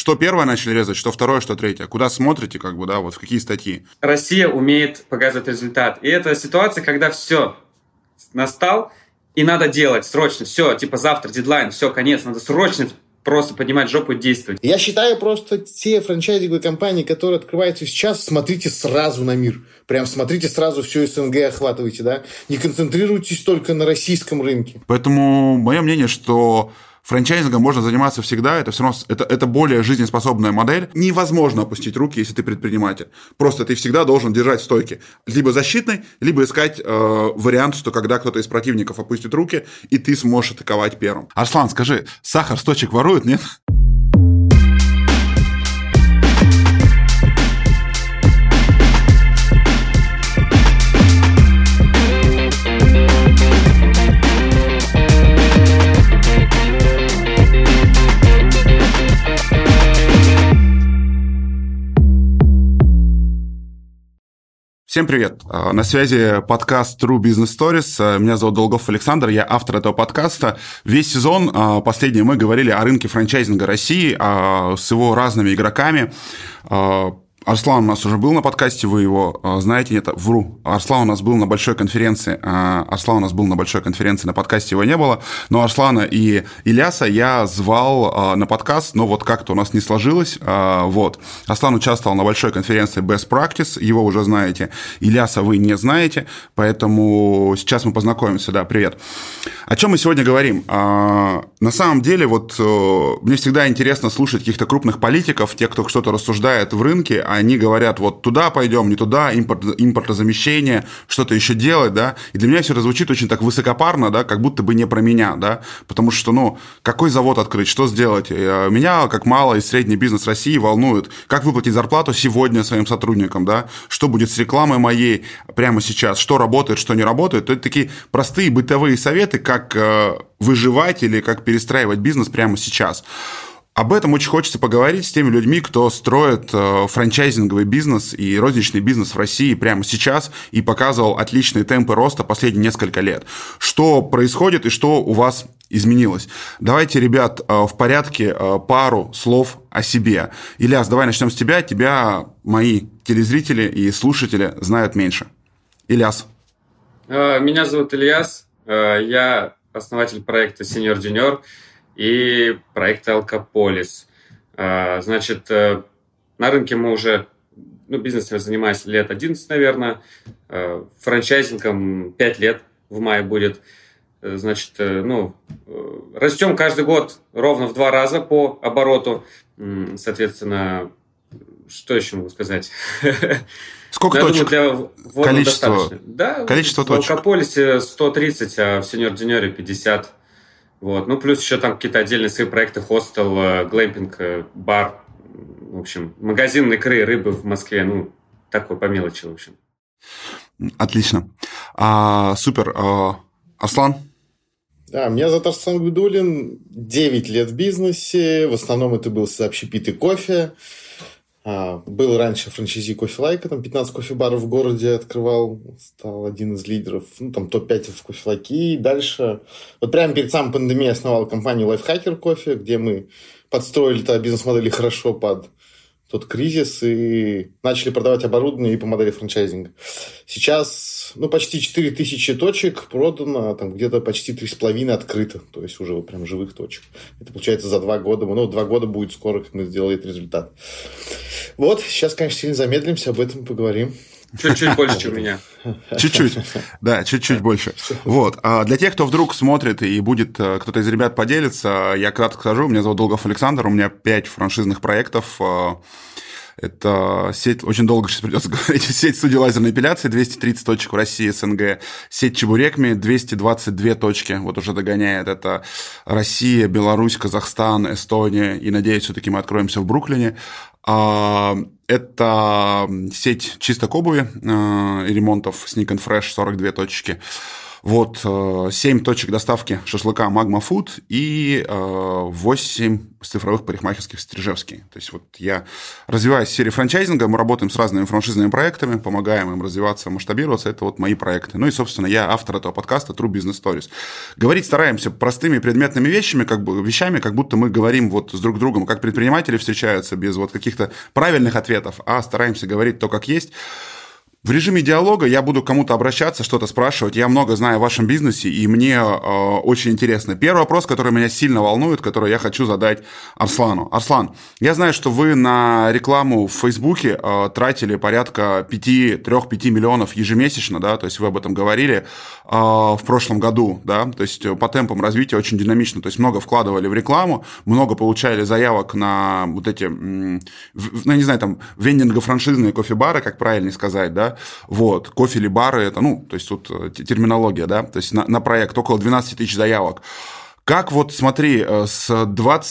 что первое начали резать, что второе, что третье? Куда смотрите, как бы, да, вот в какие статьи? Россия умеет показывать результат. И это ситуация, когда все настал, и надо делать срочно. Все, типа завтра дедлайн, все, конец, надо срочно просто поднимать жопу и действовать. Я считаю, просто те франчайзинговые компании, которые открываются сейчас, смотрите сразу на мир. Прям смотрите сразу все СНГ, охватывайте, да? Не концентрируйтесь только на российском рынке. Поэтому мое мнение, что франчайзингом можно заниматься всегда, это все равно это более жизнеспособная модель. Невозможно опустить руки, если ты предприниматель. Просто ты всегда должен держать стойки. Либо защитный, либо искать вариант, что когда кто-то из противников опустит руки, и ты сможешь атаковать первым. Арслан, скажи, сахар с точек воруют, нет? Всем привет! На связи подкаст True Business Stories. Меня зовут Долгов Александр, я автор этого подкаста. Весь сезон последний мы говорили о рынке франчайзинга России, с его разными игроками. Арслан у нас уже был на подкасте, вы его знаете, нет, вру. Арслан у нас был на большой конференции, на подкасте его не было, но Арслана и Ильяса я звал на подкаст, но вот как-то у нас не сложилось, вот. Арслан участвовал на большой конференции Best Practice, его уже знаете, Ильяса вы не знаете, поэтому сейчас мы познакомимся, да, привет. О чем мы сегодня говорим? На самом деле, вот мне всегда интересно слушать каких-то крупных политиков, тех, кто что-то рассуждает в рынке, они говорят, вот туда пойдем, не туда, импортозамещение, что-то еще делать, да, и для меня все это звучит очень так высокопарно, да, как будто бы не про меня, да, потому что, какой завод открыть, что сделать? Меня, как малый и средний бизнес России, волнует, как выплатить зарплату сегодня своим сотрудникам, да, что будет с рекламой моей прямо сейчас, что работает, что не работает, это такие простые бытовые советы, как выживать или как перестраивать бизнес прямо сейчас. Об этом очень хочется поговорить с теми людьми, кто строит франчайзинговый бизнес и розничный бизнес в России прямо сейчас и показывал отличные темпы роста последние несколько лет. Что происходит и что у вас изменилось? Давайте, ребят, в порядке пару слов о себе. Ильяс, давай начнем с тебя. Тебя мои телезрители и слушатели знают меньше. Ильяс. Меня зовут Ильяс. Я основатель проекта Senior Junior и проекта Алкополис. Значит, на рынке мы уже, бизнесом я занимаюсь лет 11, наверное, франчайзингом 5 лет в мае будет. Значит, растем каждый год ровно в 2 раза по обороту. Соответственно, что еще могу сказать? Сколько точек? Количество точек. В Алкополисе 130, а в Senior Junior 50. Вот. Плюс еще там какие-то отдельные свои проекты, хостел, глэмпинг, бар, в общем, магазин икры и рыбы в Москве, такой по мелочи, в общем. Отлично. Супер. Арслан? Да, меня зовут Арслан Гудулин, 9 лет в бизнесе, в основном это был общепит и кофе. Был раньше франчайзи Кофелайка, 15 кофе-баров в городе открывал, стал один из лидеров, топ-5 в Кофелайке. И дальше, вот прямо перед самой пандемией основал компанию Lifehacker Кофе, где мы подстроили бизнес-модели хорошо под тот кризис и начали продавать оборудование и по модели франчайзинга. Сейчас почти 4000 точек продано, где-то почти 3,5 открыто, то есть уже прям живых точек. Это получается за 2 года. 2 года будет скоро, как мы сделали этот результат. Вот, сейчас, конечно, сильно замедлимся, об этом поговорим. Чуть-чуть больше, чем меня. Чуть-чуть, да, чуть-чуть больше. Вот, для тех, кто вдруг смотрит и будет кто-то из ребят поделиться, я кратко скажу, меня зовут Долгов Александр, у меня 5 франшизных проектов. Это сеть, очень долго сейчас придется говорить, сеть студии лазерной эпиляции, 230 точек в России, СНГ, сеть Чебурекми, 222 точки, вот уже догоняет. Это Россия, Беларусь, Казахстан, Эстония, и, надеюсь, все-таки мы откроемся в Бруклине. Это сеть чисток обуви и ремонтов Sneak and Fresh, 42 точки. Вот 7 точек доставки шашлыка Magma Food и 8 цифровых парикмахерских Стрижевский. То есть вот я развиваюсь в сфере франчайзинга, мы работаем с разными франшизными проектами, помогаем им развиваться, масштабироваться. Это вот мои проекты. Ну и, собственно, я автор этого подкаста True Business Stories. Говорить стараемся простыми предметными вещами, как будто мы говорим вот с друг другом, как предприниматели встречаются, без вот каких-то правильных ответов, а стараемся говорить то, как есть. В режиме диалога я буду к кому-то обращаться, что-то спрашивать. Я много знаю о вашем бизнесе, и мне очень интересно. Первый вопрос, который меня сильно волнует, который я хочу задать Арслану. Арслан, я знаю, что вы на рекламу в Фейсбуке тратили порядка 3-5 миллионов ежемесячно, да, то есть вы об этом говорили в прошлом году, да, то есть по темпам развития очень динамично, то есть много вкладывали в рекламу, много получали заявок на вот эти, ну, не знаю, там, вендинго-франшизные кофе-бары, как правильно сказать, да, вот, кофе или бары, это, ну, то есть тут терминология, да, то есть на проект около 12 тысяч заявок. Как вот, смотри, с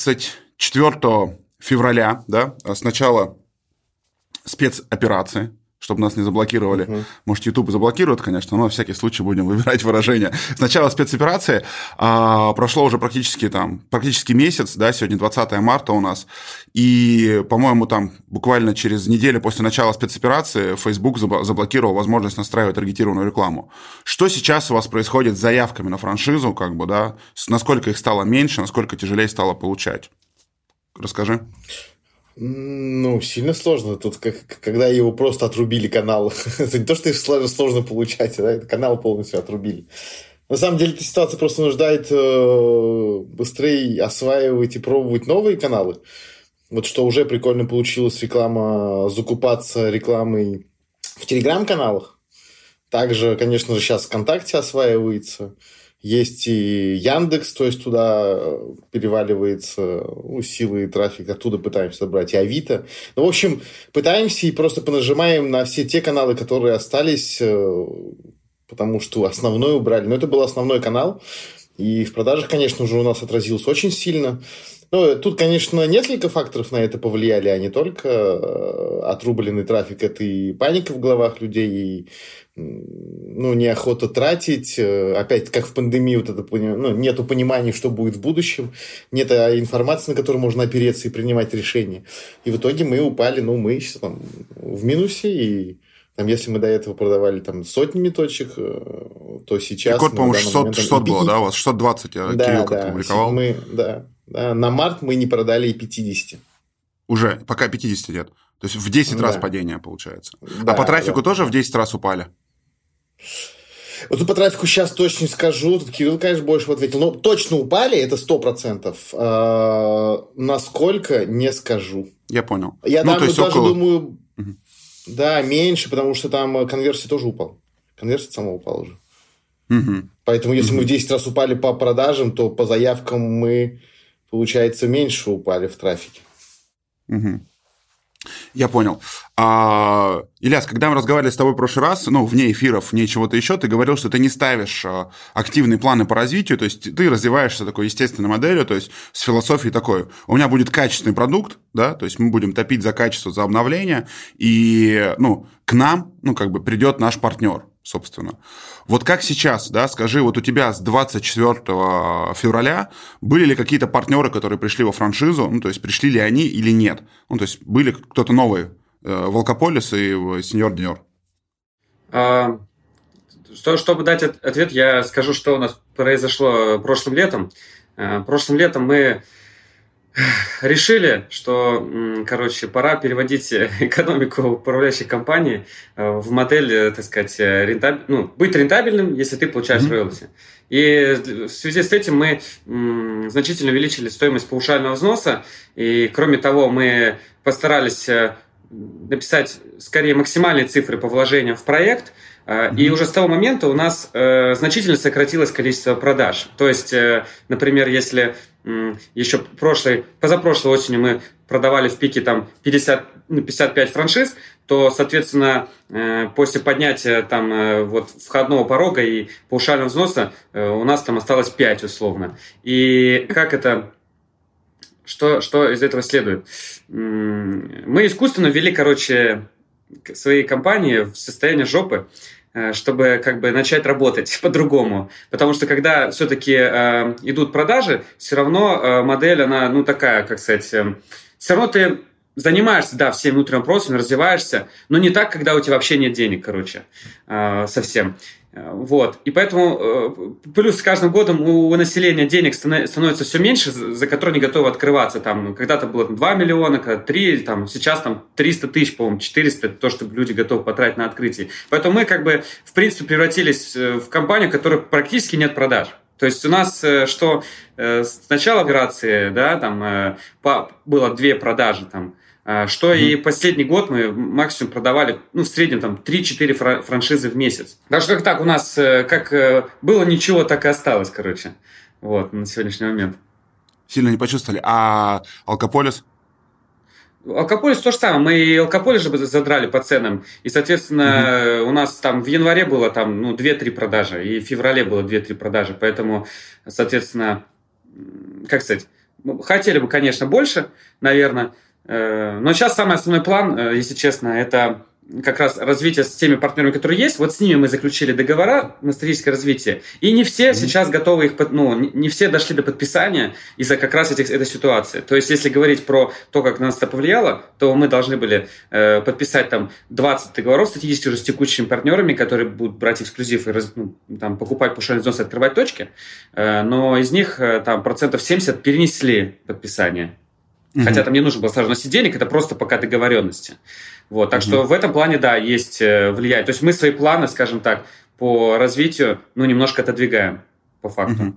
24 февраля, да, с начала спецоперации, чтобы нас не заблокировали. Может, YouTube заблокирует, конечно, но на всякий случай будем выбирать выражение. С начала спецоперации прошло уже практически месяц, да, сегодня 20 марта у нас, и, по-моему, там буквально через неделю после начала спецоперации Facebook заблокировал возможность настраивать таргетированную рекламу. Что сейчас у вас происходит с заявками на франшизу, как бы, да, насколько их стало меньше, насколько тяжелее стало получать? Расскажи. Ну, сильно сложно. Тут, когда его просто отрубили канал. Это не то, что их сложно получать, да? Это канал полностью отрубили. На самом деле, эта ситуация просто нуждает быстрее осваивать и пробовать новые каналы. Вот что уже прикольно получилось закупаться рекламой в телеграм-каналах. Также, конечно же, сейчас ВКонтакте осваивается. Есть и Яндекс, то есть туда переваливается силы и трафик, оттуда пытаемся забрать, и Авито. Ну, в общем, пытаемся и просто понажимаем на все те каналы, которые остались, потому что основной убрали. Но это был основной канал, и в продажах, конечно же, у нас отразилось очень сильно. Ну, тут, конечно, несколько факторов на это повлияли, а не только отрубленный трафик. Это и паника в головах людей, и неохота тратить. Опять, как в пандемии, вот это, нету понимания, что будет в будущем. Нет информации, на которую можно опереться и принимать решения. И в итоге мы упали, мы сейчас там в минусе. И если мы до этого продавали сотнями точек, то сейчас... Рекорд, по-моему, 600 было, да? У вас 620, Кирилл как-то публиковал. На март мы не продали и 50. Уже? Пока 50 нет. То есть в 10 раз падение получается. Да, по трафику тоже в 10 раз упали? Вот тут по трафику сейчас точно не скажу. Тут Кирилл, конечно, больше ответил. Но точно упали, это 100%. Насколько, не скажу. Я понял. Я даже думаю, да, меньше, потому что там конверсия тоже упала. Конверсия сама упала уже. Поэтому если мы в 10 раз упали по продажам, то по заявкам мы, получается, меньше упали в трафике. Я понял. Ильяс, когда мы разговаривали с тобой в прошлый раз, вне эфиров, вне чего-то еще, ты говорил, что ты не ставишь активные планы по развитию, то есть ты развиваешься такой естественной моделью, то есть с философией такой, у меня будет качественный продукт, да, то есть мы будем топить за качество, за обновление, и, к нам, придет наш партнер, собственно. Вот как сейчас, да, скажи, вот у тебя с 24 февраля были ли какие-то партнеры, которые пришли во франшизу, то есть пришли ли они или нет? То есть были кто-то новый, Волкополис и Сеньор Динер? Чтобы дать ответ, я скажу, что у нас произошло прошлым летом. Прошлым летом мы решили, что, пора переводить экономику управляющей компании в модель, так сказать, быть рентабельным, если ты получаешь роялти. И в связи с этим мы значительно увеличили стоимость паушального взноса, и, кроме того, мы постарались написать, скорее, максимальные цифры по вложениям в проект, и уже с того момента у нас значительно сократилось количество продаж. То есть, например, если еще позапрошлой осенью мы продавали в пике 55 франшиз, то, соответственно, после поднятия входного порога и паушального взноса у нас там осталось 5 условно. И как это... Что из этого следует? Мы искусственно ввели, свои компании в состояние жопы. чтобы как бы начать работать по-другому. Потому что когда все-таки идут продажи, все равно модель, она, ну, такая, как сказать, все равно ты занимаешься, да, всеми внутренними вопросами, развиваешься, но не так, когда у тебя вообще нет денег, короче, совсем. Вот. И поэтому плюс с каждым годом у населения денег становится все меньше, за которые не готовы открываться. Там, когда-то было 2 миллиона, когда 3, там, сейчас там 300 тысяч, по-моему, 400, то, что люди готовы потратить на открытие. Поэтому мы как бы, в принципе, превратились в компанию, у которой практически нет продаж. То есть у нас что с начала операции, да, там было 2 продажи, там, что и последний год мы максимум продавали, ну, в среднем там 3-4 франшизы в месяц. Даже как так у нас, как было ничего, так и осталось, короче. Вот, на сегодняшний момент. Сильно не почувствовали. А Алкополис? Алкополис то же самое. Мы и Алкополис же задрали по ценам. И, соответственно, у нас там в январе было там, ну, 2-3 продажи. И в феврале было 2-3 продажи. Поэтому, соответственно, как сказать, хотели бы, конечно, больше, наверное. Но сейчас самый основной план, если честно, это как раз развитие с теми партнерами, которые есть. Вот с ними мы заключили договора на стратегическое развитие. И не все сейчас готовы их, ну, не все дошли до подписания из-за как раз этой ситуации. То есть, если говорить про то, как на нас это повлияло, то мы должны были подписать там 20 договоров стратегически уже с текущими партнерами, которые будут брать эксклюзив и там, покупать пушеный взнос и открывать точки. Но из них там 70% перенесли подписание. Хотя там не нужно было сразу носить денег, это просто пока договоренности. Вот, так что в этом плане, да, есть влияние. То есть мы свои планы, скажем так, по развитию, ну, немножко отодвигаем по факту.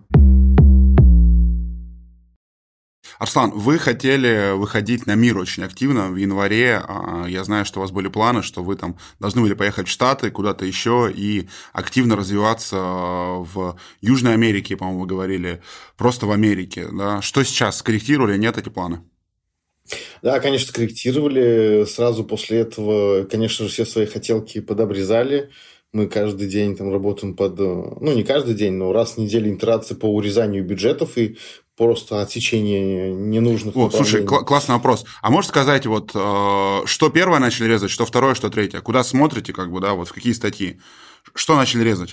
Арслан, вы хотели выходить на мир очень активно в январе. Я знаю, что у вас были планы, что вы там должны были поехать в Штаты, куда-то еще и активно развиваться в Южной Америке, по-моему, вы говорили, просто в Америке. Да? Что сейчас, скорректировали, нет эти планы? Да, конечно, скорректировали. Сразу после этого, конечно же, все свои хотелки подобрезали. Мы каждый день там работаем ну, не каждый день, но раз в неделю итерации по урезанию бюджетов и просто отсечение ненужных направлений. Слушай, классный вопрос. А можешь сказать, вот, что первое начали резать, что второе, что третье? Куда смотрите, как бы, да, вот в какие статьи? Что начали резать?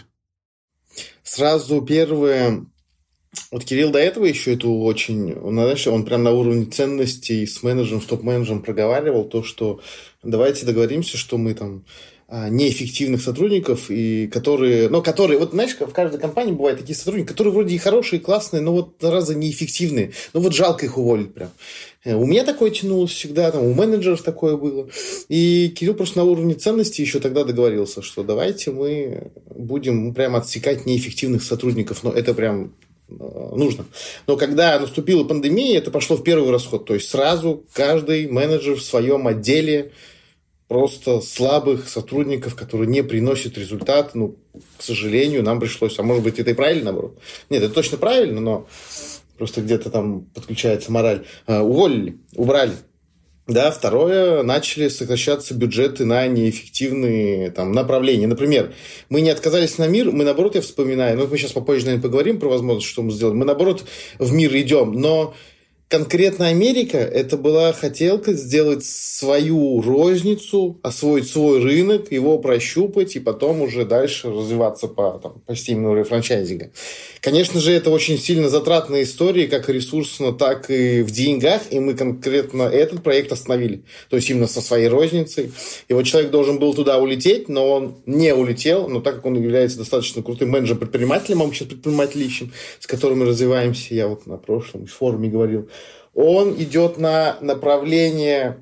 Сразу первое... Вот Кирилл до этого еще это очень... Он прям на уровне ценностей с менеджером, с топ-менеджером проговаривал то, что давайте договоримся, что мы там неэффективных сотрудников, и которые... вот знаешь, в каждой компании бывают такие сотрудники, которые вроде и хорошие, и классные, но вот раза неэффективные. Ну вот жалко их уволить прям. У меня такое тянулось всегда, там, у менеджеров такое было. И Кирилл просто на уровне ценностей еще тогда договорился, что давайте мы будем прям отсекать неэффективных сотрудников. Но это прям... нужно. Но когда наступила пандемия, это пошло в первый расход. То есть сразу каждый менеджер в своем отделе просто слабых сотрудников, которые не приносят результат. Ну, к сожалению, нам пришлось... А может быть, это и правильно, наоборот? Нет, это точно правильно, но просто где-то там подключается мораль. Уволили, убрали. Да, второе, начали сокращаться бюджеты на неэффективные там, направления. Например, мы не отказались на мир, мы, наоборот, я вспоминаю, мы сейчас попозже, наверное, поговорим про возможность, что мы сделаем, мы, наоборот, в мир идем, но конкретно Америка, это была хотелка сделать свою розницу, освоить свой рынок, его прощупать и потом уже дальше развиваться по стимулу франчайзинга. Конечно же, это очень сильно затратная история, как ресурсно, так и в деньгах, и мы конкретно этот проект остановили. То есть именно со своей розницей. И вот человек должен был туда улететь, но он не улетел, но так как он является достаточно крутым менеджером-предпринимателем, а мы сейчас предприниматели ищем, с которыми развиваемся, я вот на прошлом форуме говорил, он идет на направление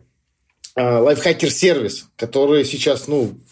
лайфхакер-сервис, который сейчас,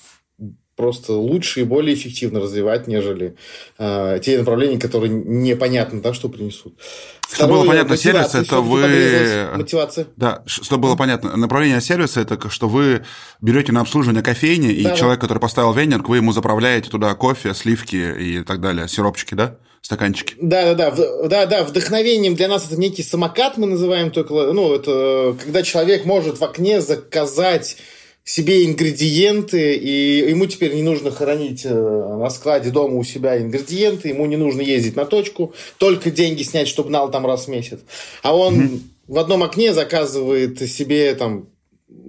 просто лучше и более эффективно развивать, нежели те направления, которые непонятно, да, что принесут. Чтобы было понятно, сервис – это вы... Мотивация. Да, чтобы было понятно, направление сервиса – это что вы берете на обслуживание кофейни, и человек, который поставил вендинг, вы ему заправляете туда кофе, сливки и так далее, сиропчики, да? Стаканчики. Да, вдохновением для нас это некий самокат, мы называем только, это когда человек может в окне заказать себе ингредиенты, и ему теперь не нужно хранить на складе дома у себя ингредиенты, ему не нужно ездить на точку, только деньги снять, чтобы нал там раз в месяц. А он в одном окне заказывает себе там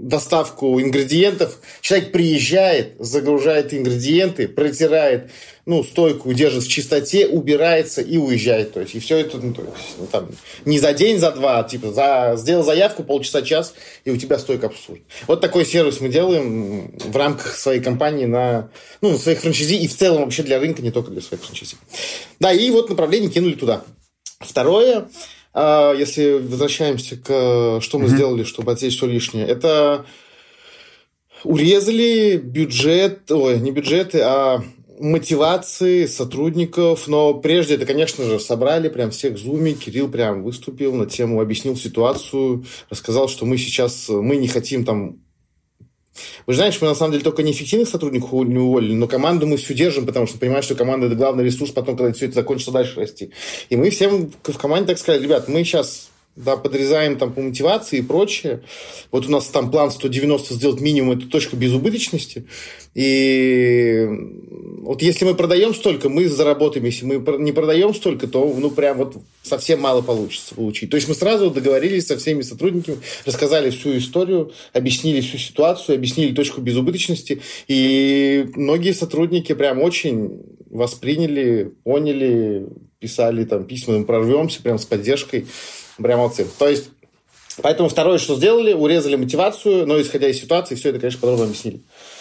доставку ингредиентов. Человек приезжает, загружает ингредиенты, протирает стойку, держит в чистоте, убирается и уезжает. То есть, и все это там, не за день, за два, сделал заявку полчаса, час, и у тебя стойка обслужена. Вот такой сервис мы делаем в рамках своей компании на своих франчайзи и в целом вообще для рынка, не только для своих франчайзи. Да, и вот направление кинули туда. Второе, если возвращаемся к что мы сделали, чтобы отсечь все лишнее, это урезали не бюджеты, а мотивации сотрудников, но прежде это, конечно же, собрали прям всех в Zoom, Кирилл прям выступил на тему, объяснил ситуацию, рассказал, что мы не хотим там. Вы же знаете, что мы на самом деле только неэффективных сотрудников не уволили, но команду мы всю держим, потому что понимаем, что команда – это главный ресурс, потом, когда все это закончится, дальше расти. И мы всем в команде так сказали: ребят, мы сейчас подрезаем там по мотивации и прочее. Вот у нас там план 190 сделать минимум, это точка безубыточности. И вот если мы продаем столько, мы заработаем. Если мы не продаем столько, то прям вот совсем мало получится получить. То есть мы сразу договорились со всеми сотрудниками, рассказали всю историю, объяснили всю ситуацию, объяснили точку безубыточности. И многие сотрудники прям очень восприняли, поняли, писали там письма, мы прорвемся прям с поддержкой. Прям молодцы. То есть, поэтому второе, что сделали, урезали мотивацию, но исходя из ситуации, все это, конечно, подробно объяснили.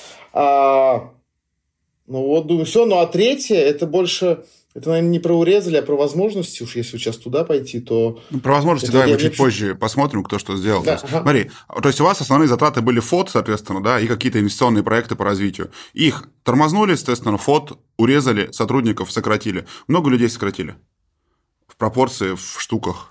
Думаю, все. Ну, а третье, это больше, это, наверное, не про урезали, а про возможности. Уж если сейчас туда пойти, то... Про возможности давай мы чуть позже посмотрим, кто что сделал. Да, смотри, то есть у вас основные затраты были ФОД, соответственно, да, и какие-то инвестиционные проекты по развитию. Их тормознули, соответственно, ФОД урезали, сотрудников сократили. Много людей сократили? В пропорции, в штуках?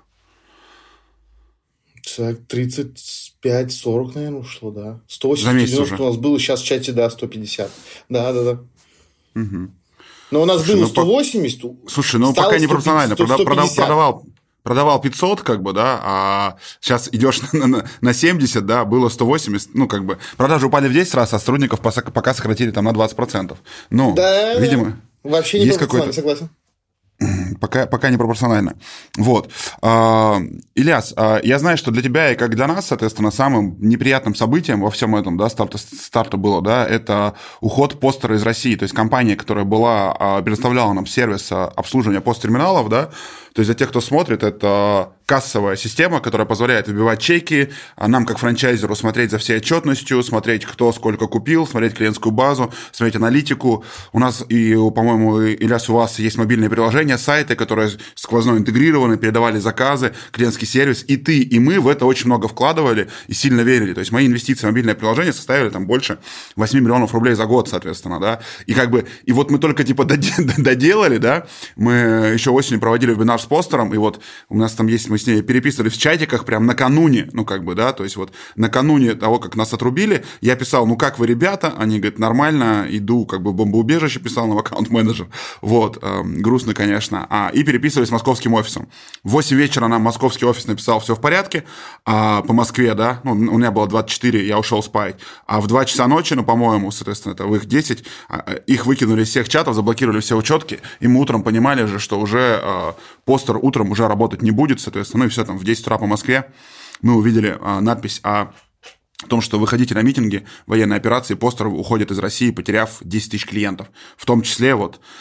35-40, наверное, ушло, да. 180 у нас было, сейчас в чате, 150. Да. Угу. Но у нас было 180. Слушай, пока не пропорционально. Продавал 500, а сейчас идешь на 70, да, было 180, продажи упали в 10 раз, а сотрудников пока сократили там на 20%. Да, видимо, вообще не пропорционально, согласен. Пока не пропорционально. Вот. Ильяс, я знаю, что для тебя и как для нас, соответственно, самым неприятным событием во всем этом, да, старта было, да, это уход Постера из России. То есть компания, которая предоставляла нам сервис обслуживания посттерминалов, да, то есть для тех, кто смотрит, это кассовая система, которая позволяет выбивать чеки, нам, как франчайзеру, смотреть за всей отчетностью, смотреть, кто сколько купил, смотреть клиентскую базу, смотреть аналитику. У нас, по-моему, Ильяс, у вас есть мобильное приложение, сайты, которые сквозно интегрированы, передавали заказы, клиентский сервис. И ты, и мы в это очень много вкладывали и сильно верили. То есть мои инвестиции в мобильное приложение составили там больше 8 миллионов рублей за год, соответственно, да. И вот мы только доделали, да, мы еще осенью проводили вебинар с Постером, и вот у нас там есть, мы с ней переписывались в чатиках прям накануне, то есть вот накануне того, как нас отрубили, я писал: как вы, ребята? Они говорят: нормально, иду в бомбоубежище, писал на аккаунт-менеджер, грустно, конечно, и переписывались с московским офисом. В 8 вечера нам московский офис написал: все в порядке, по Москве, да, у меня было 24, я ушел спать, а в 2 часа ночи, по-моему, соответственно, это в их 10, их выкинули из всех чатов, заблокировали все учетки, и мы утром понимали же, что уже Постер утром уже работать не будет, соответственно, и все там в 10 утра по Москве мы увидели надпись о том, что выходите на митинги, военные операции, Постер уходит из России, потеряв 10 тысяч клиентов, в том числе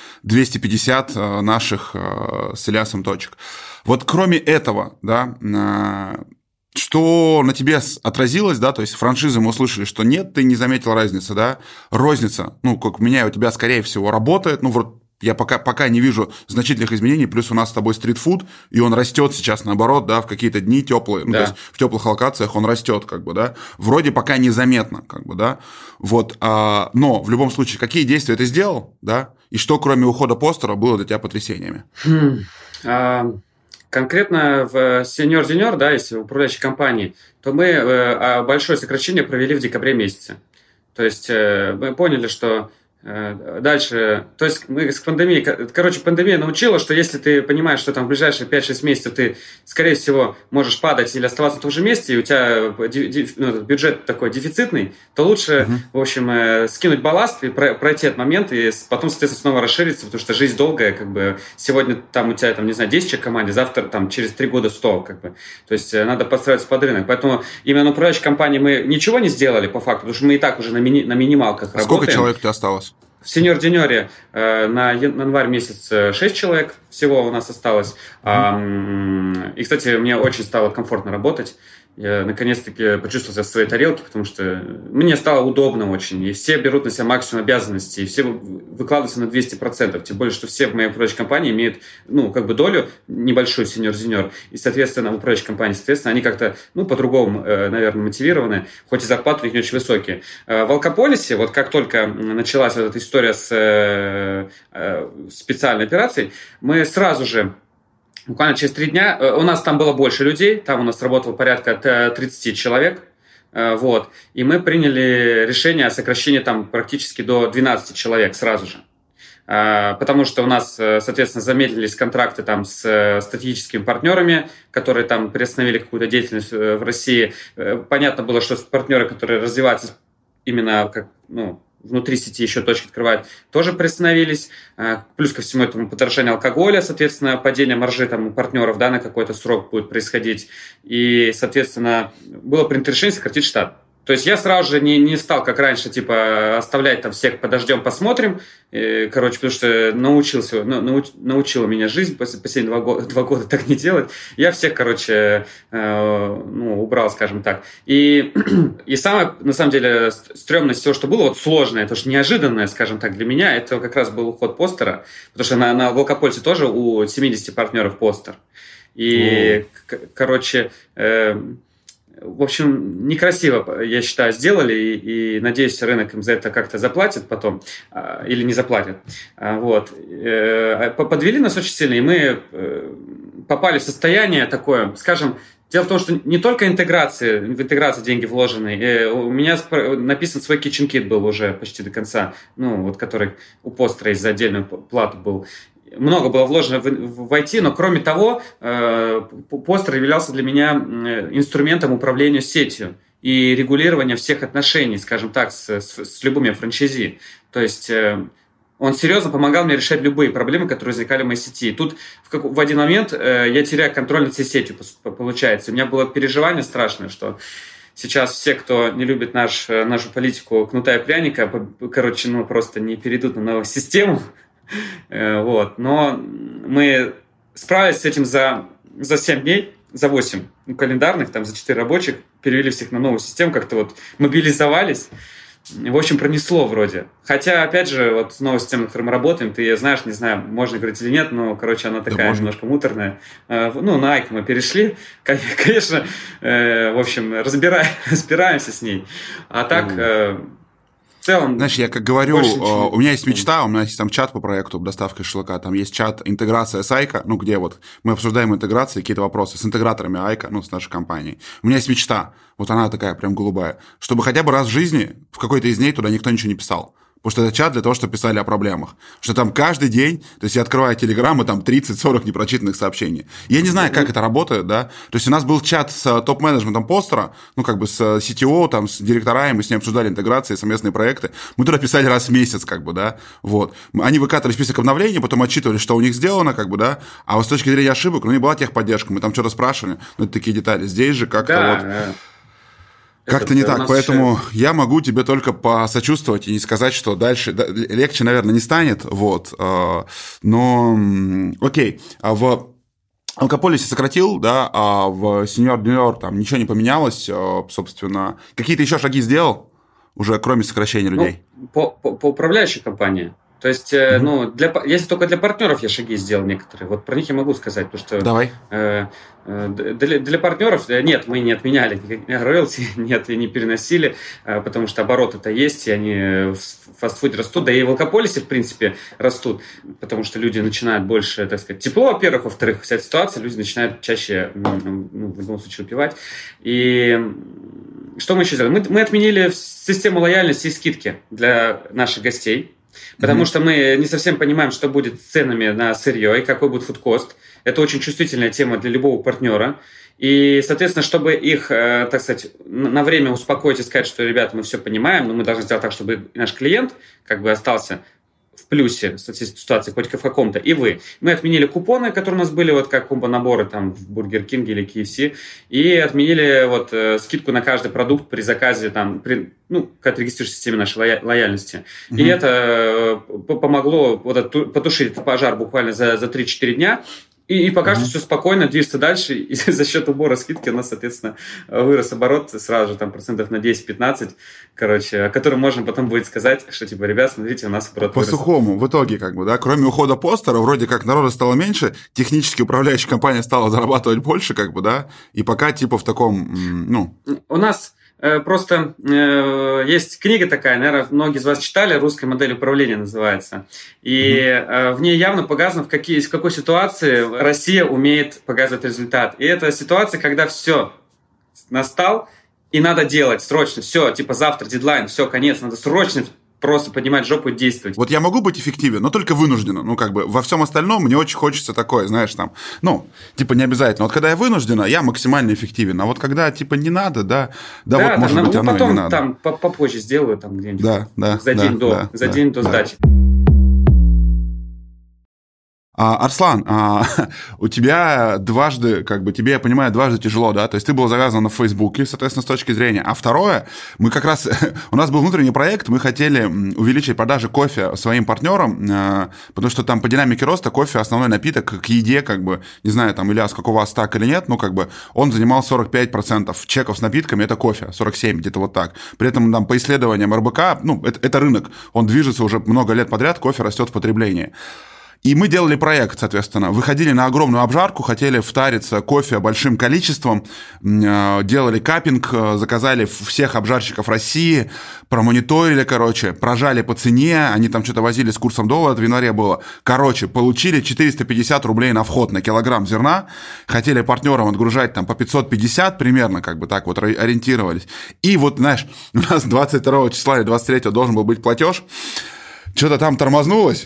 250 наших с Ильясом точек. Вот кроме этого, да, что на тебе отразилось, да, то есть франшизы мы услышали, что нет, ты не заметил разницы, да, розница, как у меня и у тебя, скорее всего, работает, я пока не вижу значительных изменений, плюс у нас с тобой стритфуд, и он растет сейчас, наоборот, да, в какие-то дни теплые, то есть в теплых локациях он растет, да, вроде пока незаметно, да, но в любом случае, какие действия ты сделал, да, и что, кроме ухода Постера, было для тебя потрясениями? Конкретно в Senior, да, если в управляющей компании, то мы большое сокращение провели в декабре месяце. То есть мы поняли, что Дальше, то есть мы с пандемией, пандемия научила, что если ты понимаешь, что там в ближайшие 5-6 месяцев ты, скорее всего, можешь падать или оставаться на том же месте, и у тебя бюджет такой дефицитный, то лучше, в общем, скинуть балласт и пройти этот момент, и потом, соответственно, снова расшириться, потому что жизнь долгая, как бы, сегодня там у тебя, там, не знаю, 10 человек в команде, завтра, там, через 3 года 100, как бы, то есть надо подстраиваться под рынок, поэтому именно на управляющей компании мы ничего не сделали, по факту, потому что мы и так уже на минималках работаем. Сколько человек у тебя осталось? В сеньор-дюнере на январь месяц 6 человек всего у нас осталось. И, кстати, мне очень стало комфортно работать. Я наконец-таки почувствовал себя в своей тарелке, потому что мне стало удобно очень. И все берут на себя максимум обязанностей, и все выкладываются на 200%. Тем более, что все в моей управляющей компании имеют, долю небольшую сеньор-зюниор. И, соответственно, в управляющей компании, они как-то, по-другому, наверное, мотивированы, хоть и зарплаты у них не очень высокие. В Алкополисе, вот как только началась вот эта история с специальной операцией, мы сразу же, буквально через 3 дня, у нас там было больше людей, там у нас работало порядка 30 человек, и мы приняли решение о сокращении там практически до 12 человек сразу же. Потому что у нас, соответственно, замедлились контракты там с стратегическими партнерами, которые там приостановили какую-то деятельность в России. Понятно было, что партнеры, которые развиваются именно как, внутри сети еще точки открывают, тоже приостановились. Плюс ко всему этому подорожание алкоголя, соответственно, падение маржи там у партнеров, на какой-то срок будет происходить. И, соответственно, было принято решение сократить штат. То есть я сразу же не стал, как раньше, оставлять там всех подождем, посмотрим. Потому что научила меня жизнь последние 2 года так не делать. Я всех, убрал, скажем так. И самое, на самом деле, стрёмное всего, что было, сложное, то, что неожиданное, скажем так, для меня, это как раз был уход Постера. Потому что на Волкопольце тоже у 70 партнеров Постер. И, в общем, некрасиво, я считаю, сделали, и надеюсь, рынок им за это как-то заплатит потом, или не заплатит. Подвели нас очень сильно, и мы попали в состояние такое, скажем, дело в том, что не только в интеграции деньги вложены. У меня написан свой kitchen-kit был уже почти до конца, который у Постера есть за отдельную плату был. Много было вложено в IT, но кроме того, Постер являлся для меня инструментом управления сетью и регулирования всех отношений, скажем так, с любыми франчайзи. То есть он серьезно помогал мне решать любые проблемы, которые возникали в моей сети. И тут в один момент я теряю контроль над всей сетью, получается. У меня было переживание страшное, что сейчас все, кто не любит нашу политику кнута и пряника, просто не перейдут на новую систему. Но мы справились с этим за 7 дней, за 8 календарных, за 4 рабочих, перевели всех на новую систему, как-то мобилизовались. В общем, пронесло вроде. Хотя, опять же, новая система, на которой мы работаем, ты ее знаешь, не знаю, можно говорить или нет, но, она такая немножко муторная. На Айк мы перешли, конечно, в общем, разбираемся с ней. А так... В целом, знаешь, я как говорю, у меня есть мечта, у меня есть там чат по проекту доставка шашлыка, там есть чат интеграция с Айка, где мы обсуждаем интеграции, какие-то вопросы с интеграторами Айка, с нашей компанией. У меня есть мечта, она такая прям голубая, чтобы хотя бы раз в жизни в какой-то из дней туда никто ничего не писал. Потому что это чат для того, чтобы писали о проблемах. Что там каждый день, то есть я открываю Телеграм, и там 30-40 непрочитанных сообщений. Я не знаю, как это работает, да. То есть у нас был чат с топ-менеджментом Постера, с CTO, там, с директорами, мы с ним обсуждали интеграции, совместные проекты. Мы туда писали раз в месяц, да. Они выкатывали список обновлений, потом отчитывали, что у них сделано, да. А вот с точки зрения ошибок, не была техподдержка, мы там что-то спрашивали, это такие детали. Здесь же как-то как-то не так, поэтому я могу тебе только посочувствовать и не сказать, что дальше легче, наверное, не станет, но окей, в Алкополисе сократил, да, а в сеньор-дюнер там ничего не поменялось, собственно, какие-то еще шаги сделал уже, кроме сокращения людей? По управляющей компании. То есть, если только для партнеров я шаги сделал некоторые, про них я могу сказать, потому что... Давай. Для партнеров нет, мы не отменяли роялти, нет, и не переносили, потому что обороты-то есть, и они в фастфуде растут, да и в Алкополисе, в принципе, растут, потому что люди начинают больше, так сказать, тепло, во-первых, во-вторых, вся ситуация, люди начинают чаще, в любом случае, выпивать. И что мы еще сделали? Мы отменили систему лояльности и скидки для наших гостей. Потому что мы не совсем понимаем, что будет с ценами на сырье и какой будет фудкост. Это очень чувствительная тема для любого партнера. И, соответственно, чтобы их, так сказать, на время успокоить и сказать, что, ребята, мы все понимаем, но мы должны сделать так, чтобы наш клиент как бы остался в плюсе в ситуации хоть в каком-то, и вы. Мы отменили купоны, которые у нас были, вот как комбо-наборы там в Burger King или KFC, и отменили вот скидку на каждый продукт при заказе, там, когда ты регистрируешь в системе нашей лояльности. И это помогло потушить этот пожар буквально за 3-4 дня. И пока что все спокойно, движется дальше, и за счет убора скидки у нас, соответственно, вырос оборот сразу же там процентов на 10-15, о котором можно потом будет сказать, что типа, ребят, смотрите, у нас оборот вырос. По-сухому, в итоге, как бы, да, кроме ухода постера, вроде как народа стало меньше, технически управляющая компания стала зарабатывать больше, как бы, да, и пока типа в таком, У нас... Просто есть книга такая, наверное, многие из вас читали, «Русская модель управления» называется. И в ней явно показано, в какой ситуации Россия умеет показывать результат. И это ситуация, когда все настал, и надо делать срочно. Все, типа завтра дедлайн, все, конец, надо срочно просто поднимать жопу и действовать. Вот я могу быть эффективен, но только вынужденно. Во всем остальном мне очень хочется такое, знаешь, там, не обязательно. Вот когда я вынуждена, я максимально эффективен. А вот когда, не надо, вот, может быть, оно и не надо. Там попозже сделаю, там где-нибудь за день до сдачи. Арслан, у тебя дважды, тебе, я понимаю, дважды тяжело, да? То есть ты был завязан на Фейсбуке, соответственно, с точки зрения. А второе, мы как раз... У нас был внутренний проект, мы хотели увеличить продажи кофе своим партнерам, потому что там по динамике роста кофе основной напиток к еде, не знаю, там, Илья, как у вас так или нет, он занимал 45% чеков с напитками, это кофе, 47%, где-то вот так. При этом там по исследованиям РБК, это рынок, он движется уже много лет подряд, кофе растет в потреблении. И мы делали проект, соответственно, выходили на огромную обжарку, хотели втариться кофе большим количеством, делали каппинг, заказали всех обжарщиков России, промониторили, прожали по цене, они там что-то возили с курсом доллара, это в январе было. Получили 450 рублей на вход на килограмм зерна, хотели партнерам отгружать там по 550 примерно, так вот ориентировались. И вот, знаешь, у нас 22 числа или 23 должен был быть платеж, что-то там тормознулось,